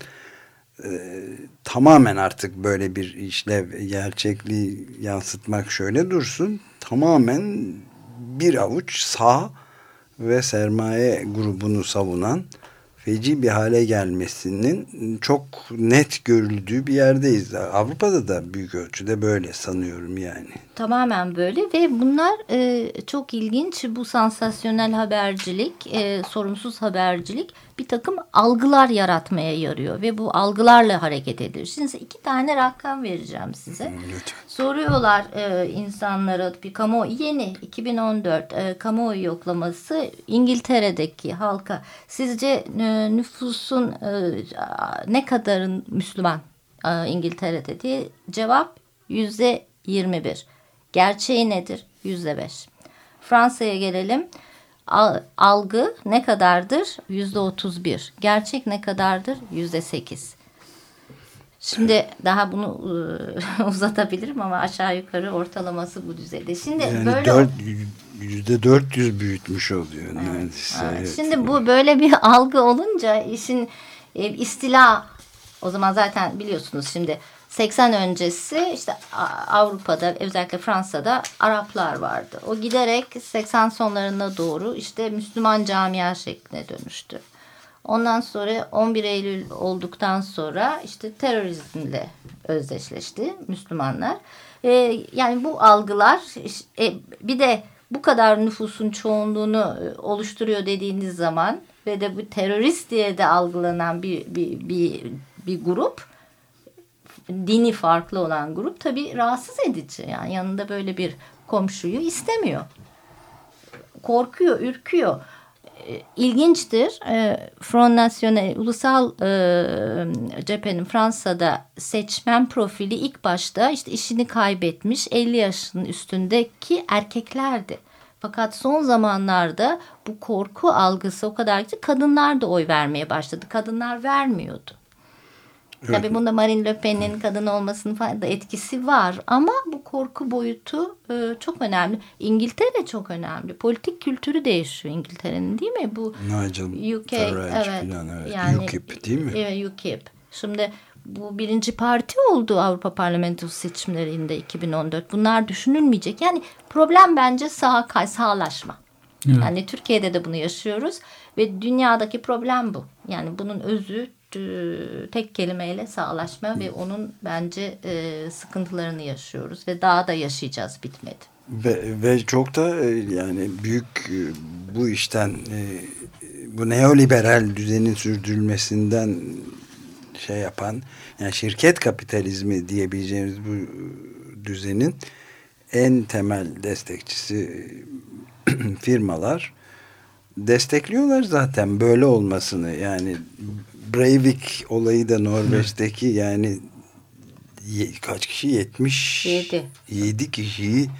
e, tamamen artık böyle bir işlev, gerçekliği yansıtmak şöyle dursun. Tamamen bir avuç sağ ve sermaye grubunu savunan feci bir hale gelmesinin çok net görüldüğü bir yerdeyiz. Avrupa'da da büyük ölçüde böyle sanıyorum yani. Tamamen böyle ve bunlar e, çok ilginç. Bu sansasyonel habercilik, e, sorumsuz habercilik bir takım algılar yaratmaya yarıyor ve bu algılarla hareket ediyor. Şimdi iki tane rakam vereceğim size. Lütfen. Soruyorlar e, insanlara bir kamuoyu yeni iki bin on dört e, kamuoyu yoklaması İngiltere'deki halka sizce e, nüfusun e, ne kadarın Müslüman e, İngiltere'de diye cevap yüzde yirmi bir. Gerçeği nedir? Yüzde beş. Fransa'ya gelelim. Algı ne kadardır? Yüzde otuz bir. Gerçek ne kadardır? Yüzde sekiz. Şimdi daha bunu uzatabilirim ama aşağı yukarı ortalaması bu düzeyde. Şimdi yani böyle yüzde dört yüz büyütmüş oluyor. Evet, evet. Şimdi bu böyle bir algı olunca işin e, istila o zaman zaten biliyorsunuz şimdi seksen öncesi işte Avrupa'da özellikle Fransa'da Araplar vardı. O giderek seksen sonlarına doğru işte Müslüman camia şekline dönüştü. Ondan sonra on bir Eylül olduktan sonra işte terörizmle özdeşleşti Müslümanlar. Ee, yani bu algılar e, bir de bu kadar nüfusun çoğunluğunu oluşturuyor dediğiniz zaman ve de bu terörist diye de algılanan bir bir bir, bir grup, dini farklı olan grup tabii rahatsız edici. Yani yanında böyle bir komşuyu istemiyor. Korkuyor, ürküyor. İlginçtir. Front National, ulusal e, cephenin Fransa'da seçmen profili ilk başta işte işini kaybetmiş elli yaşının üstündeki erkeklerdi. Fakat son zamanlarda bu korku algısı o kadar ki kadınlar da oy vermeye başladı. Kadınlar vermiyordu. Evet. Tabii bunda Marine Le Pen'in kadın olmasının falan da etkisi var ama bu korku boyutu e, çok önemli. İngiltere çok önemli. Politik kültürü değişiyor İngiltere'nin, değil mi? Bu Nigel U K, Farage evet, falan, evet. Yani, UKIP değil mi? Evet, UKIP. Şimdi bu birinci parti oldu Avrupa Parlamentosu seçimlerinde iki bin on dört. Bunlar düşünülmeyecek. Yani problem bence sağ, sağlaşma. Evet. Yani Türkiye'de de bunu yaşıyoruz ve dünyadaki problem bu. Yani bunun özü tek kelimeyle sağlaşma ve onun bence e, sıkıntılarını yaşıyoruz ve daha da yaşayacağız, bitmedi. Ve, ve çok da e, yani büyük e, bu işten e, bu neoliberal düzenin sürdürülmesinden şey yapan, yani şirket kapitalizmi diyebileceğimiz bu düzenin en temel destekçisi firmalar destekliyorlar zaten böyle olmasını. Yani Breivik olayı da Norveç'teki yani kaç kişi, yetmiş yedi kişiyi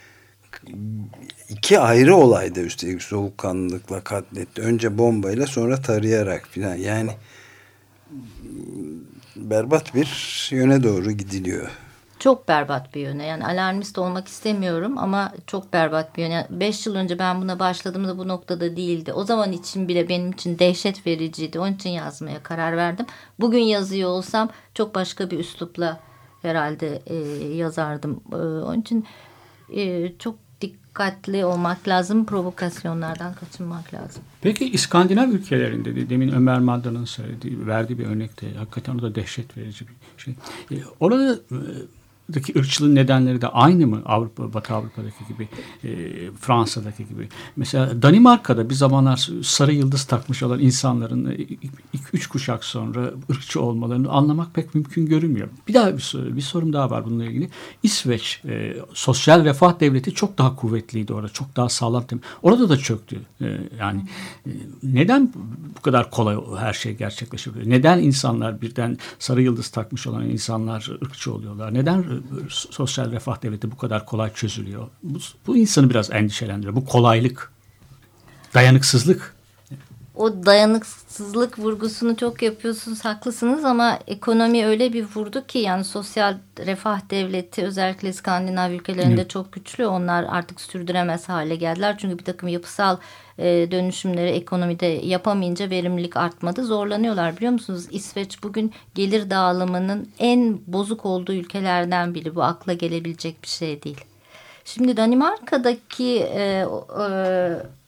iki ayrı olayda üstelik soğukkanlılıkla katletti. Önce bombayla, sonra tarayarak filan. Yani berbat bir yöne doğru gidiliyor. Çok berbat bir yöne. Yani alarmist olmak istemiyorum ama çok berbat bir yöne. Beş yıl önce ben buna başladığımda bu noktada değildi. O zaman için bile benim için dehşet vericiydi. Onun için yazmaya karar verdim. Bugün yazıyor olsam çok başka bir üslupla herhalde e, yazardım. E, onun için e, çok dikkatli olmak lazım. Provokasyonlardan kaçınmak lazım. Peki İskandinav ülkelerinde de demin Ömer Madra'nın söylediği, verdiği bir örnekte hakikaten o da dehşet verici bir şey. E, orada e, Daki ırkçılığın nedenleri de aynı mı Avrupa, Batı Avrupa'daki gibi, e, Fransa'daki gibi? Mesela Danimarka'da bir zamanlar sarı yıldız takmış olan insanların iki üç kuşak sonra ırkçı olmalarını anlamak pek mümkün görünmüyor. Bir daha bir, soru, bir sorum daha var bununla ilgili. İsveç e, sosyal refah devleti çok daha kuvvetliydi orada, çok daha sağlam. Orada da çöktü. E, yani e, neden bu kadar kolay her şey gerçekleşebiliyor? Neden insanlar birden sarı yıldız takmış olan insanlar ırkçı oluyorlar? Neden sosyal refah devleti bu kadar kolay çözülüyor? Bu, bu insanı biraz endişelendiriyor. Bu kolaylık, dayanıksızlık. O dayanıksızlık vurgusunu çok yapıyorsunuz, haklısınız ama ekonomi öyle bir vurdu ki yani sosyal refah devleti özellikle İskandinav ülkelerinde evet. çok güçlü. Onlar artık sürdüremez hale geldiler. Çünkü bir takım yapısal e, dönüşümleri ekonomide yapamayınca verimlilik artmadı. Zorlanıyorlar, biliyor musunuz? İsveç bugün gelir dağılımının en bozuk olduğu ülkelerden biri. Bu akla gelebilecek bir şey değil. Şimdi Danimarka'daki e, e,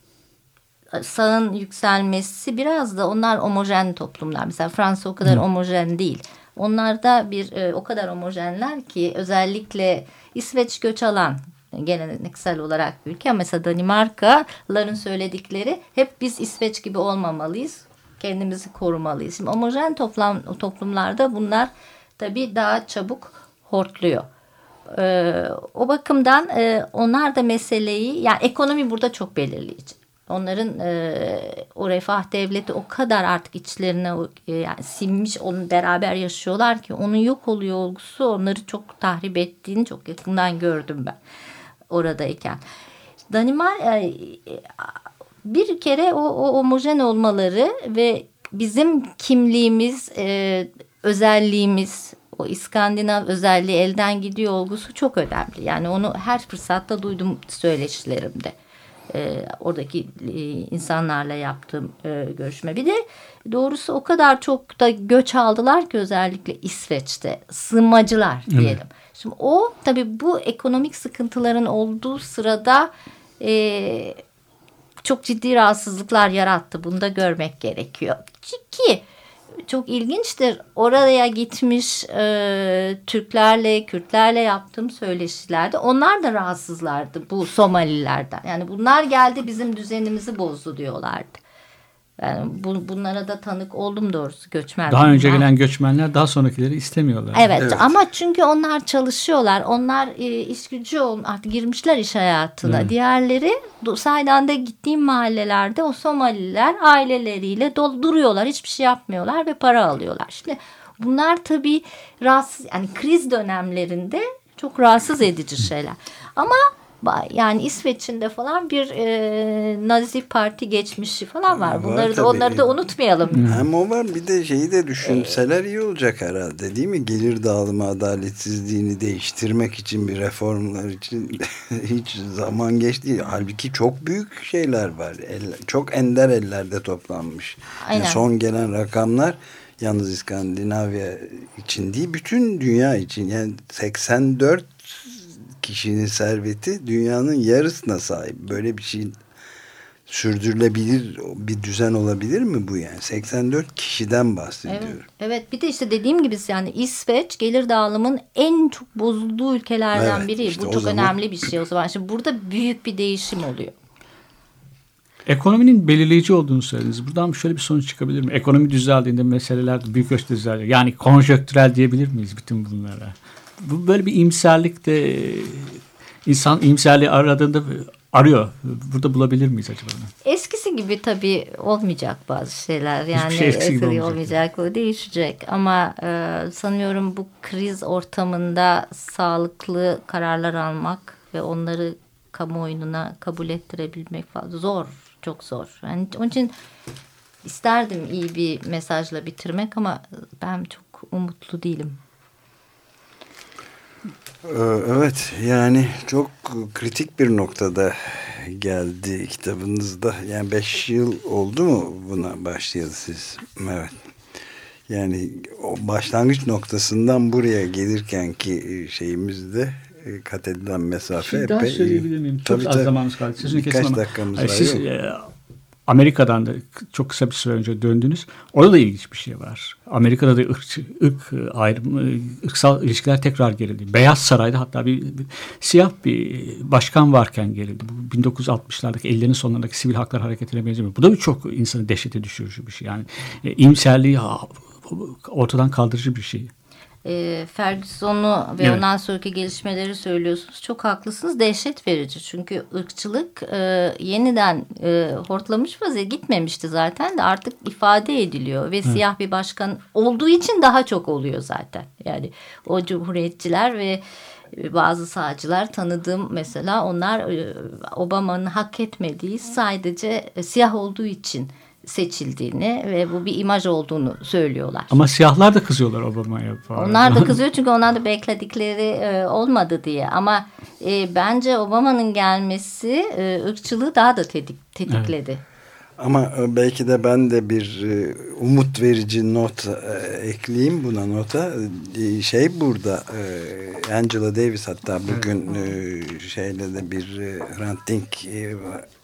sağın yükselmesi biraz da onlar homojen toplumlar. Mesela Fransa o kadar Hı. homojen değil. Onlarda bir e, o kadar homojenler ki özellikle İsveç göç alan geleneksel olarak bir ülke. Ama mesela Danimarkalıların söyledikleri hep biz İsveç gibi olmamalıyız. Kendimizi korumalıyız. Şimdi homojen toplum, toplumlarda bunlar tabii daha çabuk hortluyor. Ee, o bakımdan e, onlar da meseleyi, yani ekonomi burada çok belirleyici. Onların e, o refah devleti o kadar artık içlerine e, yani sinmiş, onun beraber yaşıyorlar ki onun yok oluyor olgusu onları çok tahrip ettiğini çok yakından gördüm ben oradayken. Danimarka e, bir kere o, o homojen olmaları ve bizim kimliğimiz, e, özelliğimiz, o İskandinav özelliği elden gidiyor olgusu çok önemli. Yani onu her fırsatta duydum söyleşilerimde. E, oradaki e, insanlarla yaptığım e, görüşme. Bir de doğrusu o kadar çok da göç aldılar ki özellikle İsveç'te sığınmacılar diyelim. Evet. Şimdi o tabii bu ekonomik sıkıntıların olduğu sırada e, çok ciddi rahatsızlıklar yarattı. Bunu da görmek gerekiyor. Ki çok ilginçtir. Oraya gitmiş e, Türklerle, Kürtlerle yaptığım söyleşilerde onlar da rahatsızlardı bu Somalilerden. Yani bunlar geldi bizim düzenimizi bozdu diyorlardı. Yani bu, bunlara da tanık oldum doğrusu göçmen. Daha önce gelen göçmenler daha sonrakileri istemiyorlar. Evet, evet. Ama çünkü onlar çalışıyorlar. Onlar e, iş gücü ol, artık girmişler iş hayatına. Evet. Diğerleri saydan da gittiğim mahallelerde o Somaliler aileleriyle duruyorlar. Hiçbir şey yapmıyorlar ve para alıyorlar. Şimdi bunlar tabii rahatsız, yani kriz dönemlerinde çok rahatsız edici şeyler. Ama yani İsveç'in de falan bir e, Nazi Parti geçmişi falan var. Bunları var da onları da unutmayalım. Hem o var, bir de şeyi de düşünseler iyi olacak herhalde, değil mi? Gelir dağılımı adaletsizliğini değiştirmek için, bir reformlar için hiç zaman geçti. Halbuki çok büyük şeyler var. El, çok ender ellerde toplanmış. Yani son gelen rakamlar yalnız İskandinavya için değil, bütün dünya için. Yani seksen dört kişinin serveti dünyanın yarısına sahip. Böyle bir şey sürdürülebilir bir düzen olabilir mi bu yani? seksen dört kişiden bahsediyorum. Evet, evet. Bir de işte dediğim gibi yani İsveç gelir dağılımın en çok bozulduğu ülkelerden evet, biri. İşte bu çok zaman önemli bir şey o zaman. Şimdi burada büyük bir değişim oluyor. Ekonominin belirleyici olduğunu söylediniz. Buradan şöyle bir sonuç çıkabilir mi? Ekonomi düzeldiğinde meseleler de büyük ölçüde düzeliyor. Yani konjonktürel diyebilir miyiz bütün bunlara? Bu böyle bir iyimserlik de, insan iyimserliği aradığında arıyor. Burada bulabilir miyiz acaba? Eskisi gibi tabii olmayacak bazı şeyler. Yani şey eskisi gibi olmayacak. olmayacak, o değişecek. Ama e, sanıyorum bu kriz ortamında sağlıklı kararlar almak ve onları kamuoyuna kabul ettirebilmek fazla zor. Çok zor. Yani onun için isterdim iyi bir mesajla bitirmek ama ben çok umutlu değilim. Evet, yani çok kritik bir noktada geldi kitabınızda. Yani beş yıl oldu mu buna başlayalı siz? Evet. Yani o başlangıç noktasından buraya gelirken ki şeyimizde kat edilen mesafe şey epey. Daha söyleyebilir miyim? Çok tabii, az tabii. zamanımız kaldı. Sizin birkaç ama, dakikamız var. Siz e, Amerika'dan da çok kısa bir süre önce döndünüz. Orada da ilginç bir şey var. Amerika'da da ırk, ırk ayrımı, ırksal ilişkiler tekrar gerildi. Beyaz Saray'da hatta bir, bir siyah bir başkan varken gerildi. Bu bin dokuz yüz altmışlardaki ellilerin sonlarındaki sivil haklar hareketine benzemiyor. Bu da çok insanı dehşete düşürücü bir şey. Yani e, iyimserliği ortadan kaldırıcı bir şey. E, Ferguson'u ve evet. ondan sonraki gelişmeleri söylüyorsunuz. Çok haklısınız. Dehşet verici. Çünkü ırkçılık e, yeniden e, hortlamış vaziyette gitmemişti zaten de artık ifade ediliyor. Ve evet. siyah bir başkan olduğu için daha çok oluyor zaten. Yani o cumhuriyetçiler ve bazı sağcılar tanıdığım mesela onlar e, Obama'nın hak etmediği sadece e, siyah olduğu için seçildiğini ve bu bir imaj olduğunu söylüyorlar. Ama siyahlar da kızıyorlar Obama'ya. Onlar da kızıyor çünkü onlar da bekledikleri e, olmadı diye. Ama e, bence Obama'nın gelmesi e, ırkçılığı daha da tetik, tetikledi. Evet. Ama belki de ben de bir e, umut verici not e, ekleyeyim buna nota. E, şey burada e, Angela Davis hatta bugün evet. e, şeyle de bir e, Hrant Dink e,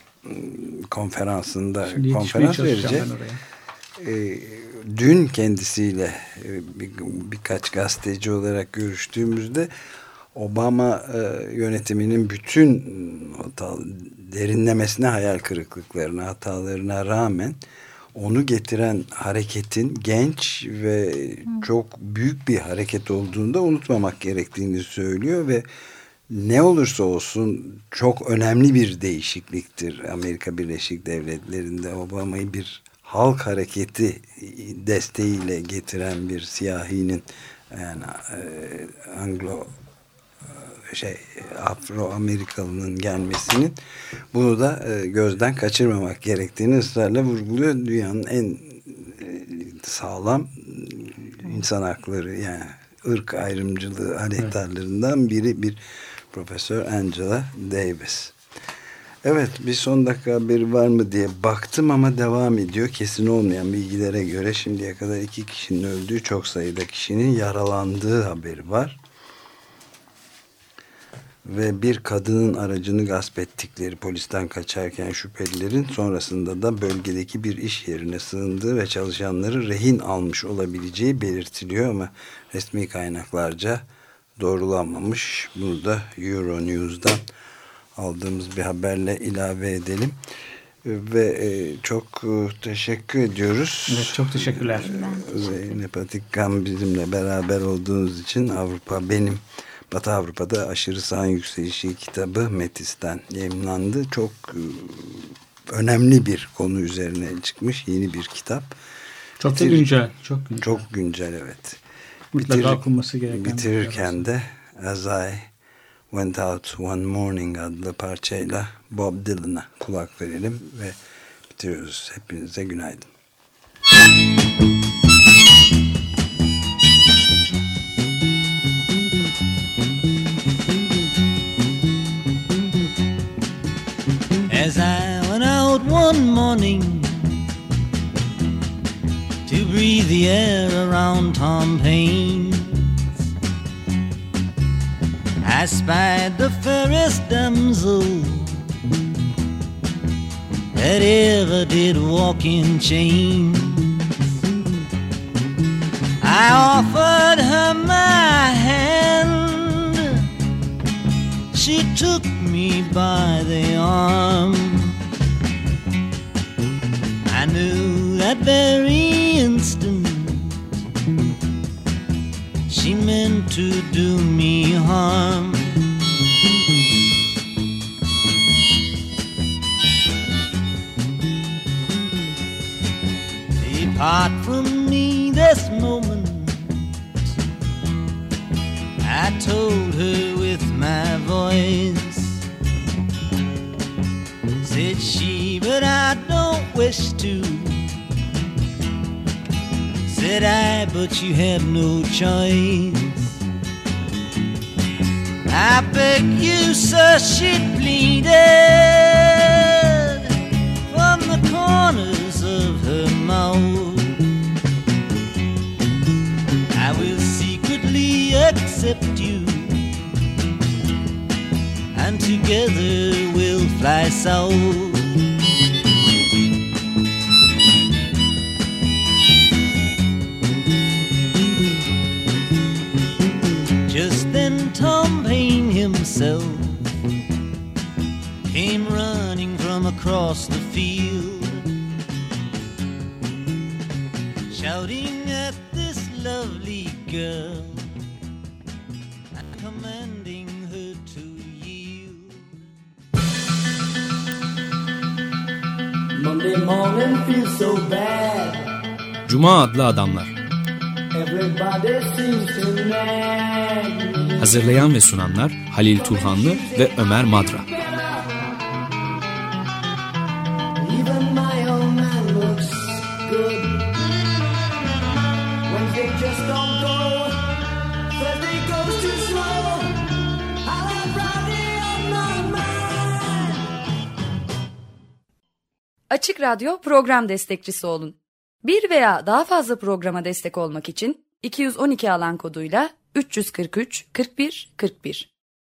konferansında Şimdi konferans verecek. E, dün kendisiyle e, bir, birkaç gazeteci olarak görüştüğümüzde Obama e, yönetiminin bütün hata, derinlemesine hayal kırıklıklarına, hatalarına rağmen onu getiren hareketin genç ve hmm. çok büyük bir hareket olduğunu da unutmamak gerektiğini söylüyor ve ne olursa olsun çok önemli bir değişikliktir. Amerika Birleşik Devletleri'nde Obama'yı bir halk hareketi desteğiyle getiren bir siyahinin yani e, Anglo şey Afro-Amerikalının gelmesinin bunu da e, gözden kaçırmamak gerektiğini ısrarla vurguluyor. Dünyanın en e, sağlam insan hakları yani ırk ayrımcılığı aleyhtarlarından biri bir Profesör Angela Davis. Evet, bir son dakika haberi var mı diye baktım ama devam ediyor. Kesin olmayan bilgilere göre şimdiye kadar iki kişinin öldüğü, çok sayıda kişinin yaralandığı haberi var. Ve bir kadının aracını gasp ettikleri, polisten kaçarken şüphelilerin, sonrasında da bölgedeki bir iş yerine sığındığı ve çalışanları rehin almış olabileceği belirtiliyor ama resmi kaynaklarca doğrulanmamış. Bunu da Euronews'dan aldığımız bir haberle ilave edelim. Ve çok teşekkür ediyoruz. Evet, çok teşekkürler. Zeynep Atikkan bizimle beraber olduğunuz için. Avrupa Benim, Batı Avrupa'da Aşırı Sağın Yükselişi kitabı Metis'ten yayımlandı. Çok önemli bir konu üzerine çıkmış yeni bir kitap. Çok Bitir, da güncel. Çok güncel. Çok güncel, evet. Mutlaka Bitir, okunması gereken. Bitirirken de As I Went Out One Morning adlı parçayla Bob Dylan'a kulak verelim ve bitiriyoruz. Hepinize günaydın. As I went out one morning to breathe the air around Tom Paine's, I spied the fairest damsel that ever did walk in chains. I offered her my hand, she took me by the arm. I knew that very instant she meant to do me harm. Depart from me this moment, I told her with my voice. Said she, but I don't wish to. Said I, but you have no choice. I beg you, sir, she pleaded from the corners of her mouth. I will secretly accept you, and together we'll fly south. Just then Tom Paine himself came running from across the field, shouting at this lovely girl and commanding her to yield. Monday morning feels so bad. Cuma adlı adamlar. Hazırlayan ve sunanlar Halil Turhanlı ve Ömer Madra. Açık Radyo program destekçisi olun. Bir veya daha fazla programa destek olmak için iki yüz on iki alan koduyla üç yüz kırk üç kırk bir kırk bir